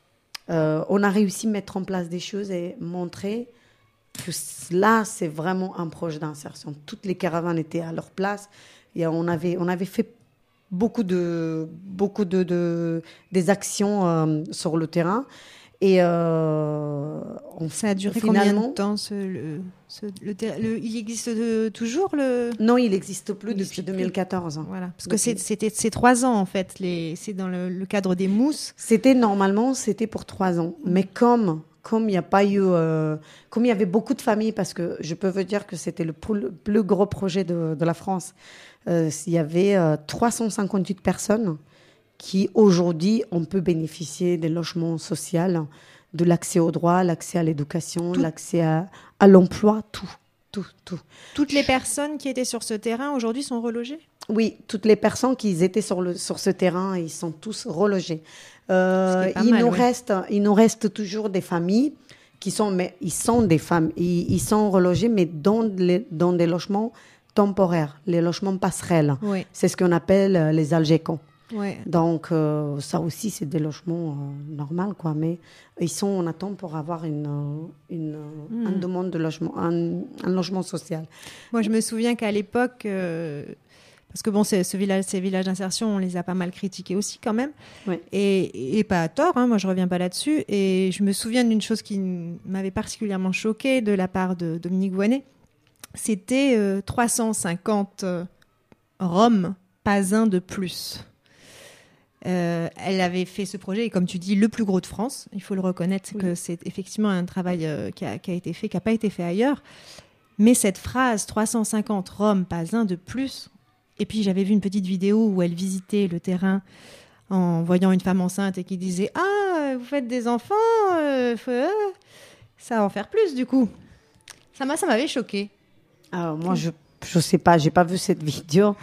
euh, on a réussi à mettre en place des choses et montrer que là, c'est vraiment un projet d'insertion. Toutes les caravanes étaient à leur place. Et on avait, on avait fait beaucoup de, beaucoup de, de des actions euh, sur le terrain. Et euh, on, ça a duré finalement, combien de temps ce, le, ce, le, le, il existe de, toujours le... Non, il n'existe plus il depuis existe deux mille quatorze. Plus. Voilà, parce que c'est, c'était ces trois ans en fait. Les, c'est dans le, le cadre des mousses. C'était normalement c'était pour trois ans, mais comme comme il n'y a pas eu, euh, comme il y avait beaucoup de familles, parce que je peux vous dire que c'était le plus, plus gros projet de, de la France. Euh, il y avait euh, trois cent cinquante-huit personnes qui, aujourd'hui, on peut bénéficier des logements sociaux, de l'accès au droit, l'accès à l'éducation, tout. l'accès à, à l'emploi, tout, tout, tout. Toutes les personnes qui étaient sur ce terrain, aujourd'hui, sont relogées ? Oui, toutes les personnes qui étaient sur, le, sur ce terrain, ils sont tous relogés. Euh, il, mal, nous ouais. reste, il nous reste toujours des familles qui sont, mais ils sont des femmes, ils, ils sont relogés, mais dans, les, dans des logements temporaires, les logements passerelles. Oui. C'est ce qu'on appelle les algécons. Ouais. Donc, euh, ça aussi, c'est des logements euh, normaux, quoi. Mais ils sont en attente pour avoir une, une, mmh. une demande de logement, un, un logement social. Moi, je me souviens qu'à l'époque, euh, parce que bon, c'est, ce village, ces villages d'insertion, on les a pas mal critiqués aussi, quand même. Ouais. Et, et pas à tort, hein, moi, je reviens pas là-dessus. Et je me souviens d'une chose qui m'avait particulièrement choquée de la part de Dominique Voynet. C'était euh, trois cent cinquante euh, Roms, pas un de plus. Euh, elle avait fait ce projet, et comme tu dis, le plus gros de France. Il faut le reconnaître, oui. que c'est effectivement un travail euh, qui, a, qui a été fait, qui n'a pas été fait ailleurs. Mais cette phrase, trois cent cinquante Roms, pas un de plus. Et puis j'avais vu une petite vidéo où elle visitait le terrain en voyant une femme enceinte et qui disait « Ah, vous faites des enfants euh, faut, euh, ça va en faire plus, du coup. » Ça, m'a, ça m'avait choquée. Alors, moi, je ne sais pas, je n'ai pas vu cette vidéo.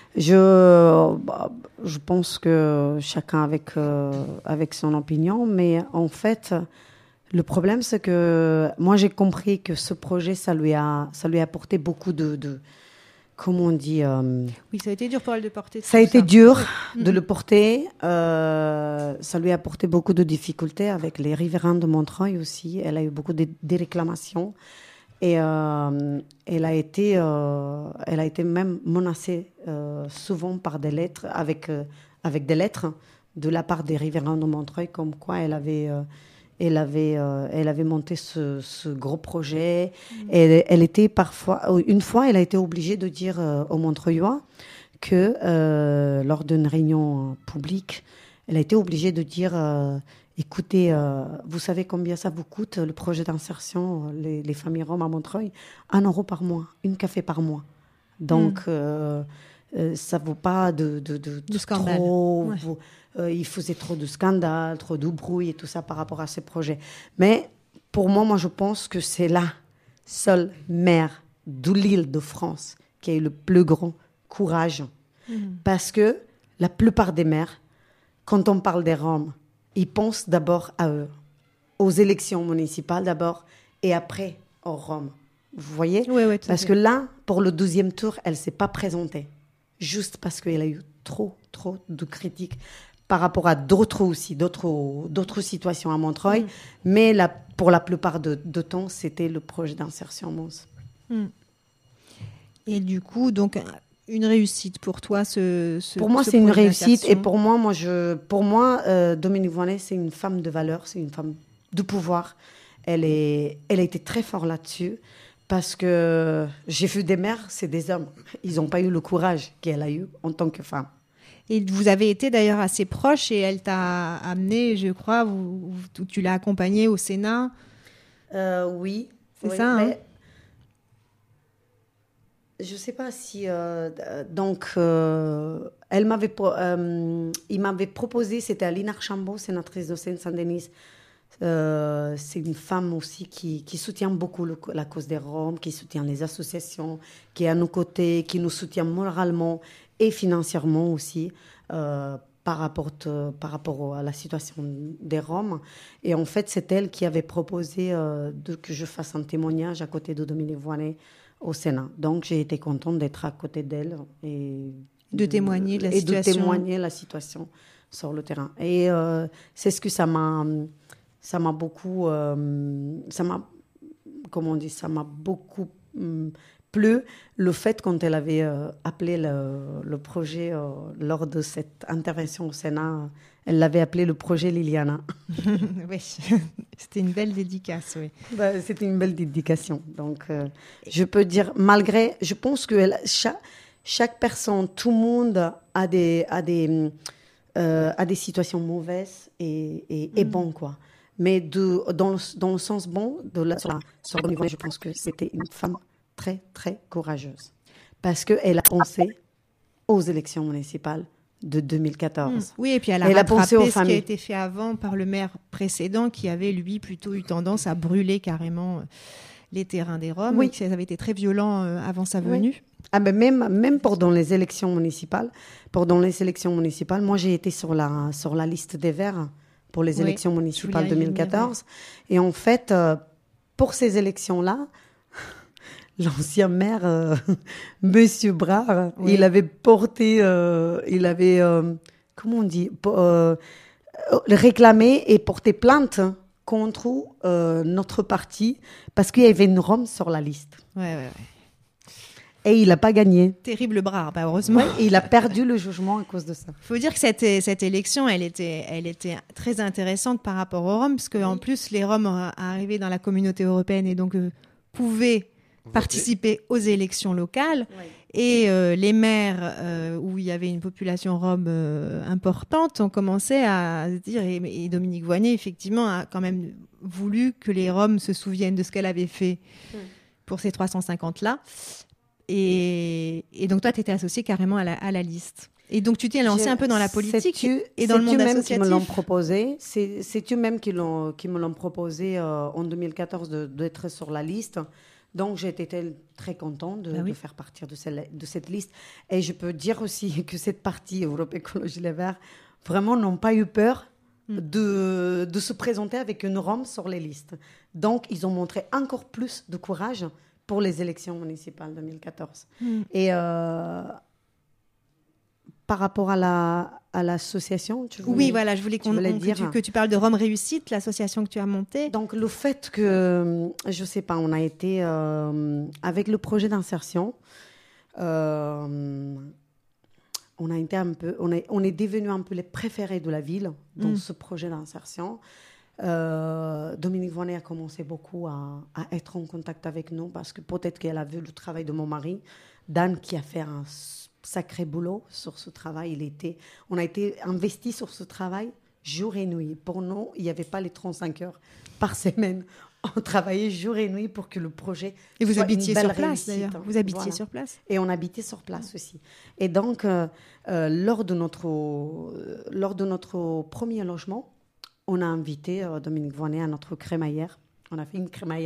Je, bah, je pense que chacun avec, euh, avec son opinion, mais en fait, le problème, c'est que moi, j'ai compris que ce projet, ça lui a, ça lui a apporté beaucoup de, de comment on dit euh, Oui, ça a été dur pour elle de porter. Ça a été ça. dur oui. de mmh. le porter. Euh, ça lui a apporté beaucoup de difficultés avec les riverains de Montreuil aussi. Elle a eu beaucoup de, de réclamations. Et euh, elle a été, euh, elle a été même menacée euh, souvent par des lettres, avec euh, avec des lettres de la part des riverains de Montreuil, comme quoi elle avait, euh, elle avait, euh, elle avait monté ce, ce gros projet. Mmh. Et elle était parfois, une fois, elle a été obligée de dire euh, aux Montreuillois que euh, lors d'une réunion euh, publique, elle a été obligée de dire. Euh, Écoutez, euh, vous savez combien ça vous coûte le projet d'insertion, les, les familles roms à Montreuil ? Un euro par mois, une café par mois. Donc, mmh. euh, euh, ça ne vaut pas de, de, de, de scandale. Trop, ouais. vous, euh, il faisait trop de scandales, trop de bruit et tout ça par rapport à ces projets. Mais pour moi, moi, je pense que c'est la seule maire de l'île de France qui a eu le plus grand courage. Mmh. Parce que la plupart des maires, quand on parle des Roms, ils pensent d'abord à eux. aux élections municipales d'abord et après au Rome. Vous voyez? Oui, oui, tout à Parce fait. que là, pour le deuxième tour, elle ne s'est pas présentée. Juste parce qu'elle a eu trop, trop de critiques par rapport à d'autres aussi, d'autres, d'autres situations à Montreuil. Mm. Mais la, pour la plupart de, de temps, c'était le projet d'insertion Mons. Mm. Et du coup, donc, une réussite pour toi, ce, ce Pour moi, ce c'est une projet réussite. d'insertion. Et pour moi, moi, je, pour moi euh, Dominique Voynet, c'est une femme de valeur, c'est une femme de pouvoir. Elle, est, elle a été très forte là-dessus. Parce que j'ai vu des mères, c'est des hommes. Ils n'ont pas eu le courage qu'elle a eu en tant que femme. Et vous avez été d'ailleurs assez proche et elle t'a amené, je crois, vous, vous- tu l'as accompagnée au Sénat. Euh, oui. C'est oui, ça, hein. mais je ne sais pas si... euh, euh, donc, euh, elle m'avait, pro- euh, il m'avait proposé, c'était Aline Archambault, sénatrice de Seine-Saint-Denis. Euh, c'est une femme aussi qui, qui soutient beaucoup le- la cause des Roms, qui soutient les associations, qui est à nos côtés, qui nous soutient moralement et financièrement aussi euh, par, rapport, euh, par rapport à la situation des Roms. Et en fait, c'est elle qui avait proposé euh, de, que je fasse un témoignage à côté de Dominique Voynet au Sénat. Donc, j'ai été contente d'être à côté d'elle et De témoigner de la et situation. de témoigner la situation sur le terrain. Et euh, c'est ce que ça m'a... Ça m'a beaucoup, euh, ça m'a, comment on dit, ça m'a beaucoup hum, plu le fait quand elle avait euh, appelé le, le projet euh, lors de cette intervention au Sénat, elle l'avait appelé le projet Liliana. Oui, c'était une belle dédicace, oui. Bah, c'était une belle dédication. Donc, euh, je peux dire, malgré, je pense que elle- chaque, chaque personne, tout le monde a des, a des, euh, a des situations mauvaises et, et, et Mm. bon, quoi. Mais de, dans, le, dans le sens bon, de la, sur, la, sur le niveau, je pense que c'était une femme très, très courageuse. Parce qu'elle a pensé aux élections municipales de deux mille quatorze. Oui, et puis elle a Elle a rattrapé pensé aux ce qui a familles. été fait avant par le maire précédent qui avait, lui, plutôt eu tendance à brûler carrément euh, les terrains des Roms. Oui. Et que ça avait été très violent euh, avant sa Oui. venue. Ah ben même, même pendant les élections municipales, pendant les élections municipales, moi j'ai été sur la, sur la liste des Verts pour les Oui, élections je municipales voulais y deux mille quatorze. Et en fait, euh, pour ces élections-là, l'ancien maire, euh, Monsieur Brard, Oui. il avait porté, euh, il avait, euh, comment on dit, po- euh, euh, réclamé et porté plainte contre euh, notre parti parce qu'il y avait une Rome sur la liste. Ouais, ouais, ouais. Et il n'a pas gagné. Terrible bras, bah, heureusement. Ouais, et il a perdu le jugement à cause de ça. Il faut dire que cette, cette élection, elle était, elle était très intéressante par rapport aux Roms, parce qu'en plus, les Roms euh, arrivaient dans la communauté européenne et donc euh, pouvaient participer aux élections locales. Et euh, les maires euh, où il y avait une population rom euh, importante ont commencé à se dire, et, et Dominique Voynet, effectivement, a quand même voulu que les Roms se souviennent de ce qu'elle avait fait Mm. pour ces trois cent cinquante-là. Et, et donc, toi, tu étais associée carrément à la, à la liste. Et donc, tu t'es lancée Je- un peu dans la politique sais-tu- et dans le monde sais-tu même associatif. qui me l'ont proposé. C'est, c'est-tu même qui, l'ont, qui me l'ont proposé euh, en deux mille quatorze de, d'être sur la liste. Donc, j'étais tel- très contente de, Ah oui. de faire partir de, celle- de cette liste. Et je peux dire aussi que cette partie Europe Écologie Les Verts, vraiment, n'ont pas eu peur Mm. de, de se présenter avec une Rome sur les listes. Donc, ils ont montré encore plus de courage pour les élections municipales deux mille quatorze. Mm. Et euh, par rapport à, la, à l'association, tu voulais- Oui, voilà, je voulais qu'on, voulais on- que, dire. tu, que tu parles de Rome Réussite, l'association que tu as montée. Donc, le fait que, je ne sais pas, on a été euh, avec le projet d'insertion, euh, on a été un peu, on est, on est devenu un peu les préférés de la ville dans Mm. ce projet d'insertion. Euh, Dominique Voynet a commencé beaucoup à, à être en contact avec nous parce que peut-être qu'elle a vu le travail de mon mari, Dan, qui a fait un s- sacré boulot sur ce travail. Il était, on a été investi sur ce travail jour et nuit. Pour nous, il n'y avait pas les trente-cinq heures par semaine. On travaillait jour et nuit pour que le projet Et vous soit habitiez une belle sur place, réussite. d'ailleurs. Vous habitiez Voilà. sur place. Et on habitait sur place aussi. Et donc, euh, euh, lors, de notre, euh, lors de notre premier logement, on a invité euh, Dominique Voynet à notre crémaillère. On a fait une crémaillère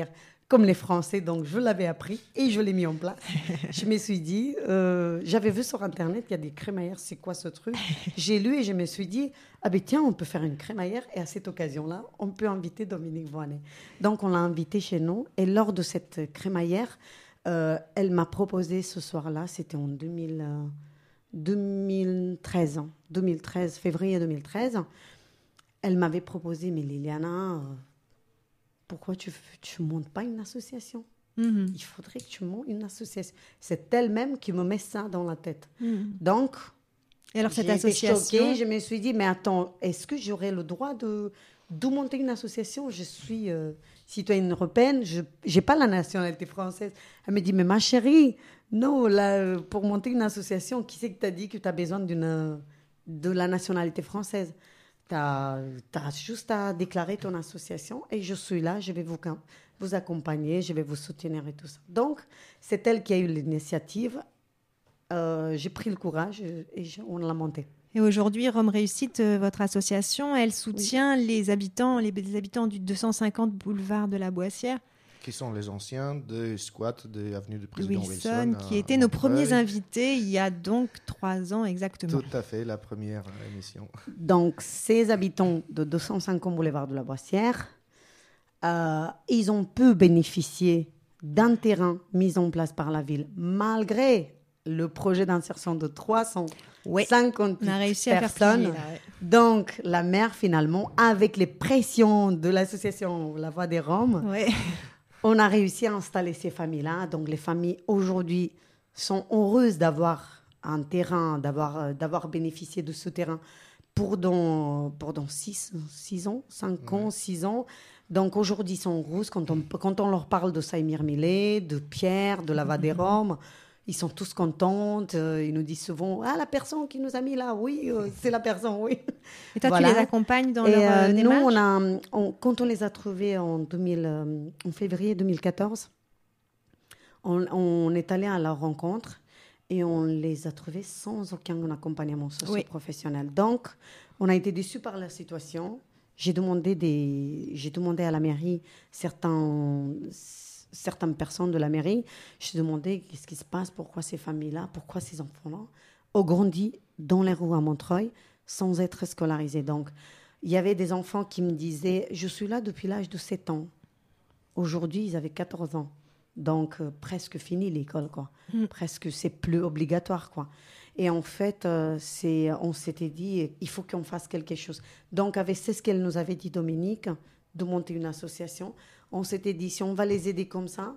comme les Français, donc je l'avais appris et je l'ai mis en place. Je me suis dit, euh, j'avais vu sur Internet, il y a des crémaillères, c'est quoi ce truc? J'ai lu et je me suis dit, ah ben tiens, on peut faire une crémaillère et à cette occasion-là, on peut inviter Dominique Voynet. Donc on l'a invité chez nous et lors de cette crémaillère, euh, elle m'a proposé ce soir-là, c'était en deux mille, euh, deux mille treize, deux mille treize, février deux mille treize, elle m'avait proposé, mais Liliana... Euh, pourquoi tu ne montes pas une association? Mm-hmm. Il faudrait que tu montes une association. C'est elle-même qui me met ça dans la tête. Mm-hmm. Donc, et alors, cette j'ai association... été choquée. Je me suis dit, mais attends, est-ce que j'aurais le droit de, de monter une association? Je suis euh, citoyenne européenne, je n'ai pas la nationalité française. Elle me dit, mais ma chérie, non, là, pour monter une association, qui c'est que t'a dit que tu as besoin d'une, de la nationalité française? Tu as juste à déclarer ton association et je suis là, je vais vous, vous accompagner, je vais vous soutenir et tout ça. Donc, c'est elle qui a eu l'initiative. Euh, j'ai pris le courage et je, on l'a montée. Et aujourd'hui, Rome Réussite, euh, votre association, elle soutient oui. les habitants, les, les habitants du deux cent cinquante boulevard de la Boissière. Qui sont les anciens des squats de l'avenue du Président Wilson, Wilson qui étaient nos premiers invités il y a donc trois ans exactement. Tout à fait, la première émission. Donc, ces habitants de deux cent cinquante boulevard de la Boissière, euh, ils ont pu bénéficier d'un terrain mis en place par la ville, malgré le projet d'insertion de trois cent cinquante oui, on a réussi personnes. À faire plier, là, ouais. Donc, la maire, finalement, avec les pressions de l'association La Voix des Roms, ouais. on a réussi à installer ces familles-là. Donc, les familles, aujourd'hui, sont heureuses d'avoir un terrain, d'avoir, euh, d'avoir bénéficié de ce terrain pour dans, pour dans six, six ans, cinq ans, six ans. Donc, aujourd'hui, ils sont heureuses. Quand on, quand on leur parle de Saïmir Millet, de Pierre, de La Voix des Roms, ils sont tous contents. Euh, ils nous disent souvent « Ah, la personne qui nous a mis là, oui, euh, c'est la personne, oui. » Et toi, voilà. tu les accompagnes dans Et leur euh, nous, démarche? on a, on, quand on les a trouvés en, deux mille, euh, en février deux mille quatorze, on, on est allé à leur rencontre et on les a trouvés sans aucun accompagnement socio-professionnel. Oui. Donc, on a été déçus par la situation. J'ai demandé, des, j'ai demandé à la mairie certains... certaines personnes de la mairie, je demandais qu'est-ce qui se passe, pourquoi ces familles-là, pourquoi ces enfants-là ont grandi dans les rues à Montreuil sans être scolarisés. Donc, il y avait des enfants qui me disaient « Je suis là depuis l'âge de sept ans. » Aujourd'hui, ils avaient quatorze ans. Donc, euh, presque fini l'école, quoi. Mm. Presque, c'est plus obligatoire, quoi. Et en fait, euh, c'est, on s'était dit « Il faut qu'on fasse quelque chose. » Donc, avec c'est ce qu'elle nous avait dit, Dominique, de monter une association. On s'était dit, si on va les aider comme ça,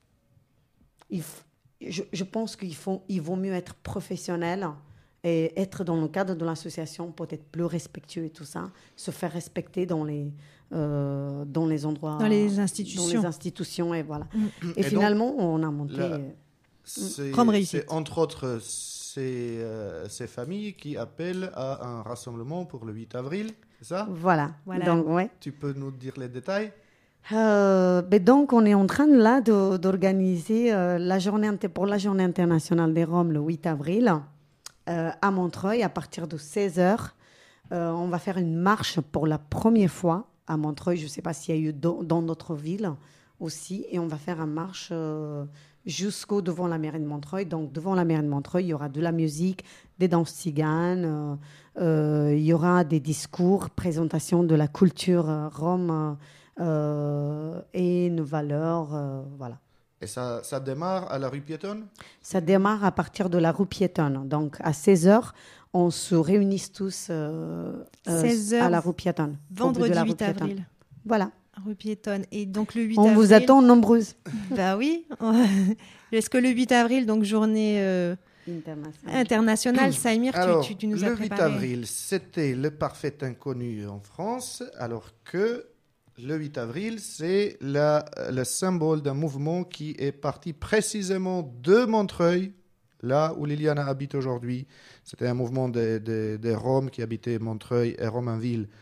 il f... je, je pense qu'il faut, il vaut mieux être professionnel et être dans le cadre de l'association, peut-être plus respectueux et tout ça, se faire respecter dans les, euh, dans les endroits... Dans les institutions. Dans les institutions, et voilà. Mm. Et, et finalement, donc, on a monté... La... C'est, c'est entre autres ces, euh, ces familles qui appellent à un rassemblement pour le huit avril, c'est ça? Voilà. voilà. Donc, ouais. Tu peux nous dire les détails? Euh, ben donc, on est en train là de, d'organiser euh, la journée, pour la journée internationale des Roms le huit avril euh, à Montreuil à partir de seize heures. Euh, on va faire une marche pour la première fois à Montreuil. Je ne sais pas s'il y a eu do, dans d'autres villes aussi. Et on va faire une marche euh, jusqu'au devant la mairie de Montreuil. Donc, devant la mairie de Montreuil, il y aura de la musique, des danses tziganes, euh, euh, il y aura des discours, présentation de la culture euh, rome euh, et nos valeurs, euh, voilà. Et ça, ça démarre à la rue piétonne? Ça démarre à partir de la rue piétonne. Donc, à seize heures, on se réunit tous euh, euh, à la rue piétonne. Vendredi huit avril. Voilà. Rue piétonne. Et donc, le huit on avril... On vous attend nombreuses. Bah oui. Est-ce que le huit avril, donc journée... Euh... International. International, Saïmir, alors, tu, tu, tu nous as le préparé. huit avril, c'était le parfait inconnu en France, alors que le huit avril, c'est la, le symbole d'un mouvement qui est parti précisément de Montreuil, là où Liliana habite aujourd'hui. C'était un mouvement des, des, des Roms qui habitaient Montreuil et Romainville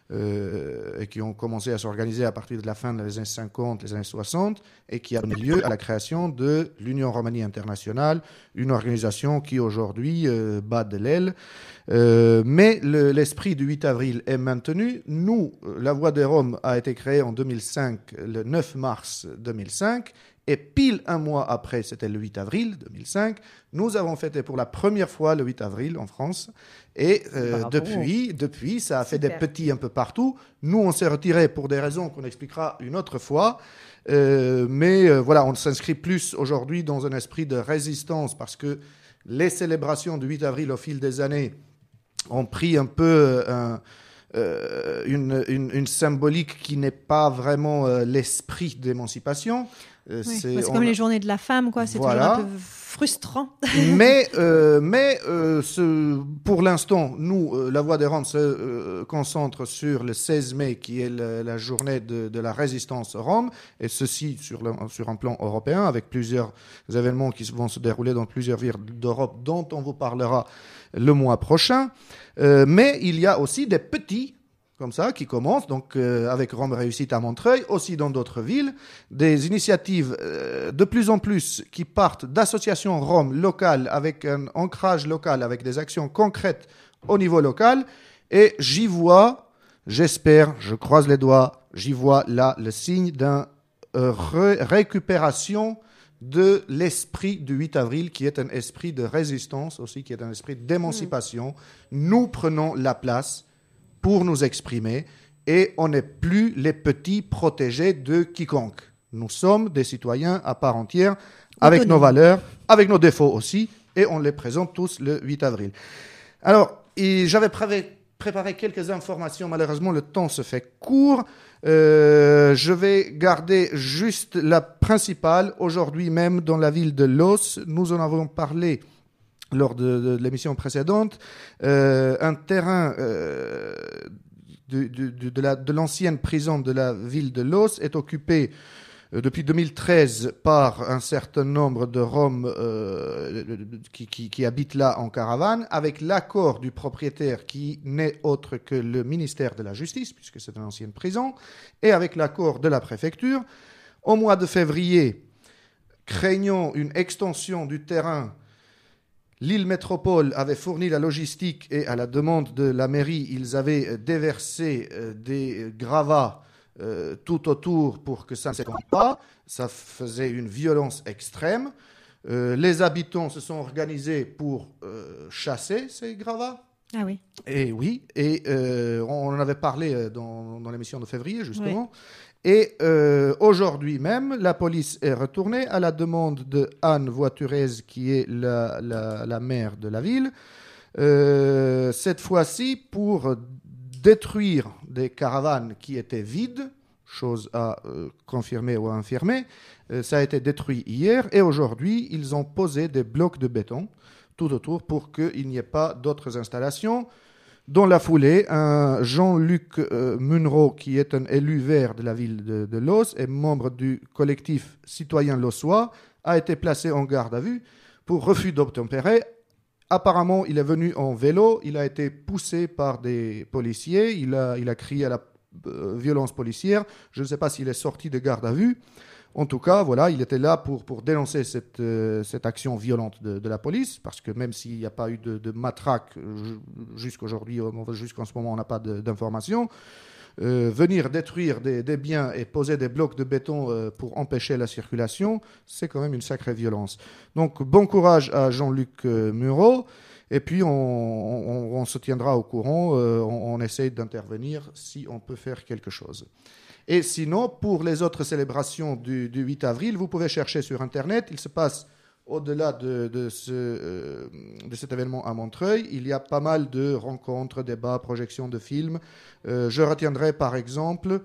euh, et qui ont commencé à s'organiser à partir de la fin des années cinquante, les années soixante, et qui a donné lieu à la création de l'Union Romanie Internationale, une organisation qui aujourd'hui euh, bat de l'aile. Euh, mais le, l'esprit du huit avril est maintenu. Nous, la Voix des Roms a été créée en deux mille cinq, le neuf mars deux mille cinq, et pile un mois après, c'était le huit avril deux mille cinq, nous avons fêté pour la première fois le huit avril en France. Et euh, depuis, depuis, ça a fait Super. des petits un peu partout. Nous, on s'est retirés pour des raisons qu'on expliquera une autre fois. Euh, mais euh, voilà, on s'inscrit plus aujourd'hui dans un esprit de résistance parce que les célébrations du huit avril au fil des années ont pris un peu un, euh, une, une, une symbolique qui n'est pas vraiment euh, l'esprit d'émancipation. Euh, Oui, c'est, c'est on comme a- les journées de la femme, quoi. C'est Voilà. toujours un peu frustrant. mais euh, mais euh, ce, pour l'instant, nous, euh, la Voix des Roms se euh, concentre sur le seize mai, qui est le- la journée de, de la résistance rome, et ceci sur, le, sur un plan européen, avec plusieurs événements qui vont se dérouler dans plusieurs villes d'Europe, dont on vous parlera le mois prochain. Euh, mais il y a aussi des petits comme ça, qui commencent, donc euh, avec Rome Réussite à Montreuil, aussi dans d'autres villes, des initiatives euh, de plus en plus qui partent d'associations roms locales, avec un ancrage local, avec des actions concrètes au niveau local, et j'y vois, j'espère, je croise les doigts, j'y vois là le signe d'une euh, ré- récupération de l'esprit du huit avril, qui est un esprit de résistance aussi, qui est un esprit d'émancipation. Nous prenons la place pour nous exprimer, et on n'est plus les petits protégés de quiconque. Nous sommes des citoyens à part entière, avec Autonome. nos valeurs, avec nos défauts aussi, et on les présente tous le huit avril. Alors, et j'avais prévé- préparé quelques informations, malheureusement le temps se fait court. Euh, je vais garder juste la principale. Aujourd'hui même, dans la ville de Los, nous en avons parlé lors de, de, de l'émission précédente, euh, un terrain euh, de, de, de, de, la, de l'ancienne prison de la ville de Los est occupé euh, depuis deux mille treize par un certain nombre de Roms euh, qui, qui, qui habitent là en caravane, avec l'accord du propriétaire qui n'est autre que le ministère de la Justice, puisque c'est une ancienne prison, et avec l'accord de la préfecture. Au mois de février, craignant une extension du terrain, l'île métropole avait fourni la logistique, et à la demande de la mairie, ils avaient déversé euh, des gravats euh, tout autour pour que ça ne s'étende pas. Ça faisait une violence extrême. Euh, les habitants se sont organisés pour euh, chasser ces gravats. Ah oui. Et oui, et euh, on en avait parlé dans, dans l'émission de février, justement. Oui. Et euh, aujourd'hui même, la police est retournée à la demande de Anne Voiturez, qui est la, la, la maire de la ville, euh, cette fois-ci pour détruire des caravanes qui étaient vides, chose à euh, confirmer ou à infirmer. Euh, ça a été détruit hier, et aujourd'hui, ils ont posé des blocs de béton tout autour pour qu'il n'y ait pas d'autres installations. Dans la foulée, un Jean-Luc euh, Munro, qui est un élu vert de la ville de, de Los et membre du collectif citoyen lossois, a été placé en garde à vue pour refus d'obtempérer. Apparemment, il est venu en vélo, il a été poussé par des policiers, il a, il a crié à la euh, violence policière. Je ne sais pas s'il est sorti de garde à vue. En tout cas, voilà, il était là pour, pour dénoncer cette, euh, cette action violente de, de la police, parce que même s'il n'y a pas eu de, de matraque jusqu'aujourd'hui, jusqu'en ce moment, on n'a pas de, d'informations. Euh, venir détruire des, des biens et poser des blocs de béton euh, pour empêcher la circulation, c'est quand même une sacrée violence. Donc, bon courage à Jean-Luc euh, Mureau. Et puis, on, on, on se tiendra au courant, euh, on, on essaye d'intervenir si on peut faire quelque chose. Et sinon, pour les autres célébrations du, du huit avril, vous pouvez chercher sur Internet. Il se passe, au-delà de, de, ce, euh, de cet événement à Montreuil, il y a pas mal de rencontres, débats, projections de films. Euh, je retiendrai par exemple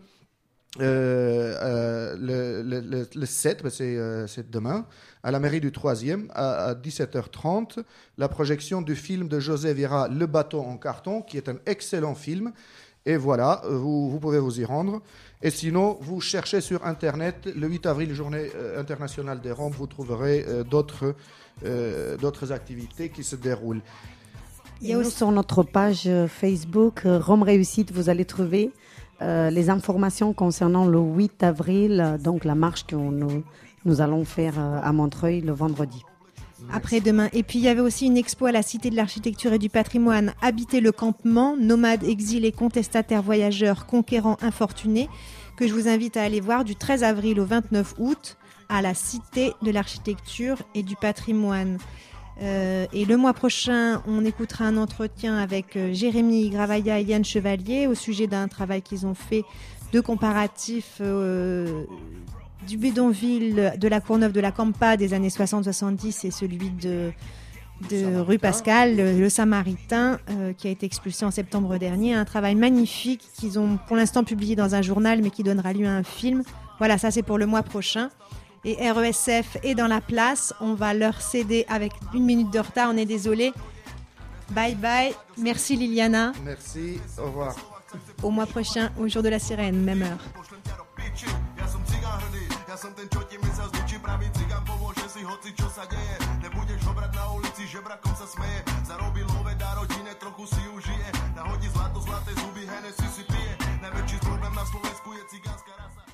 euh, euh, le, le, le, le sept, c'est, euh, c'est demain, à la mairie du troisième, à, à dix-sept heures trente, la projection du film de José Vira, Le bateau en carton, qui est un excellent film. Et voilà, vous, vous pouvez vous y rendre. Et sinon, vous cherchez sur Internet le huit avril, journée euh, internationale des Roms, vous trouverez euh, d'autres, euh, d'autres activités qui se déroulent. Il y a Et nous, aussi- sur notre page euh, Facebook, euh, Rome Réussite, vous allez trouver euh, les informations concernant le huit avril, euh, donc la marche que nous, nous allons faire euh, à Montreuil le vendredi. Après-demain. Et puis il y avait aussi une expo à la Cité de l'Architecture et du Patrimoine, Habiter le campement, nomades, exilés, contestataires, voyageurs, conquérants, infortunés, que je vous invite à aller voir du treize avril au vingt-neuf août à la Cité de l'Architecture et du Patrimoine. Euh, et le mois prochain, on écoutera un entretien avec euh, Jérémy Gravaya et Yann Chevalier au sujet d'un travail qu'ils ont fait de comparatif euh, du bidonville de la Courneuve de la Campa des années soixante soixante-dix et celui de, de rue Pascal, le, le Samaritain, euh, qui a été expulsé en septembre dernier. Un travail magnifique qu'ils ont pour l'instant publié dans un journal, mais qui donnera lieu à un film. Voilà, ça c'est pour le mois prochain. Et R E S F est dans la place. On va leur céder avec une minute de retard. On est désolé. Bye bye. Merci Liliana. Merci, au revoir. Au mois prochain, au jour de la sirène, même heure. Ja som cigán hrdý, ja som ten, čo ti mysel zničí, pravý cigán pomôže si hoci čo sa deje. Nebudeš obrať na ulici, žebrakom sa smeje. Zarobil hove dá rodine, trochu si užije. Nahodí zlato, zlaté zuby, Hennessy si pije. Najväčší problém na Slovensku je cigánska rasa.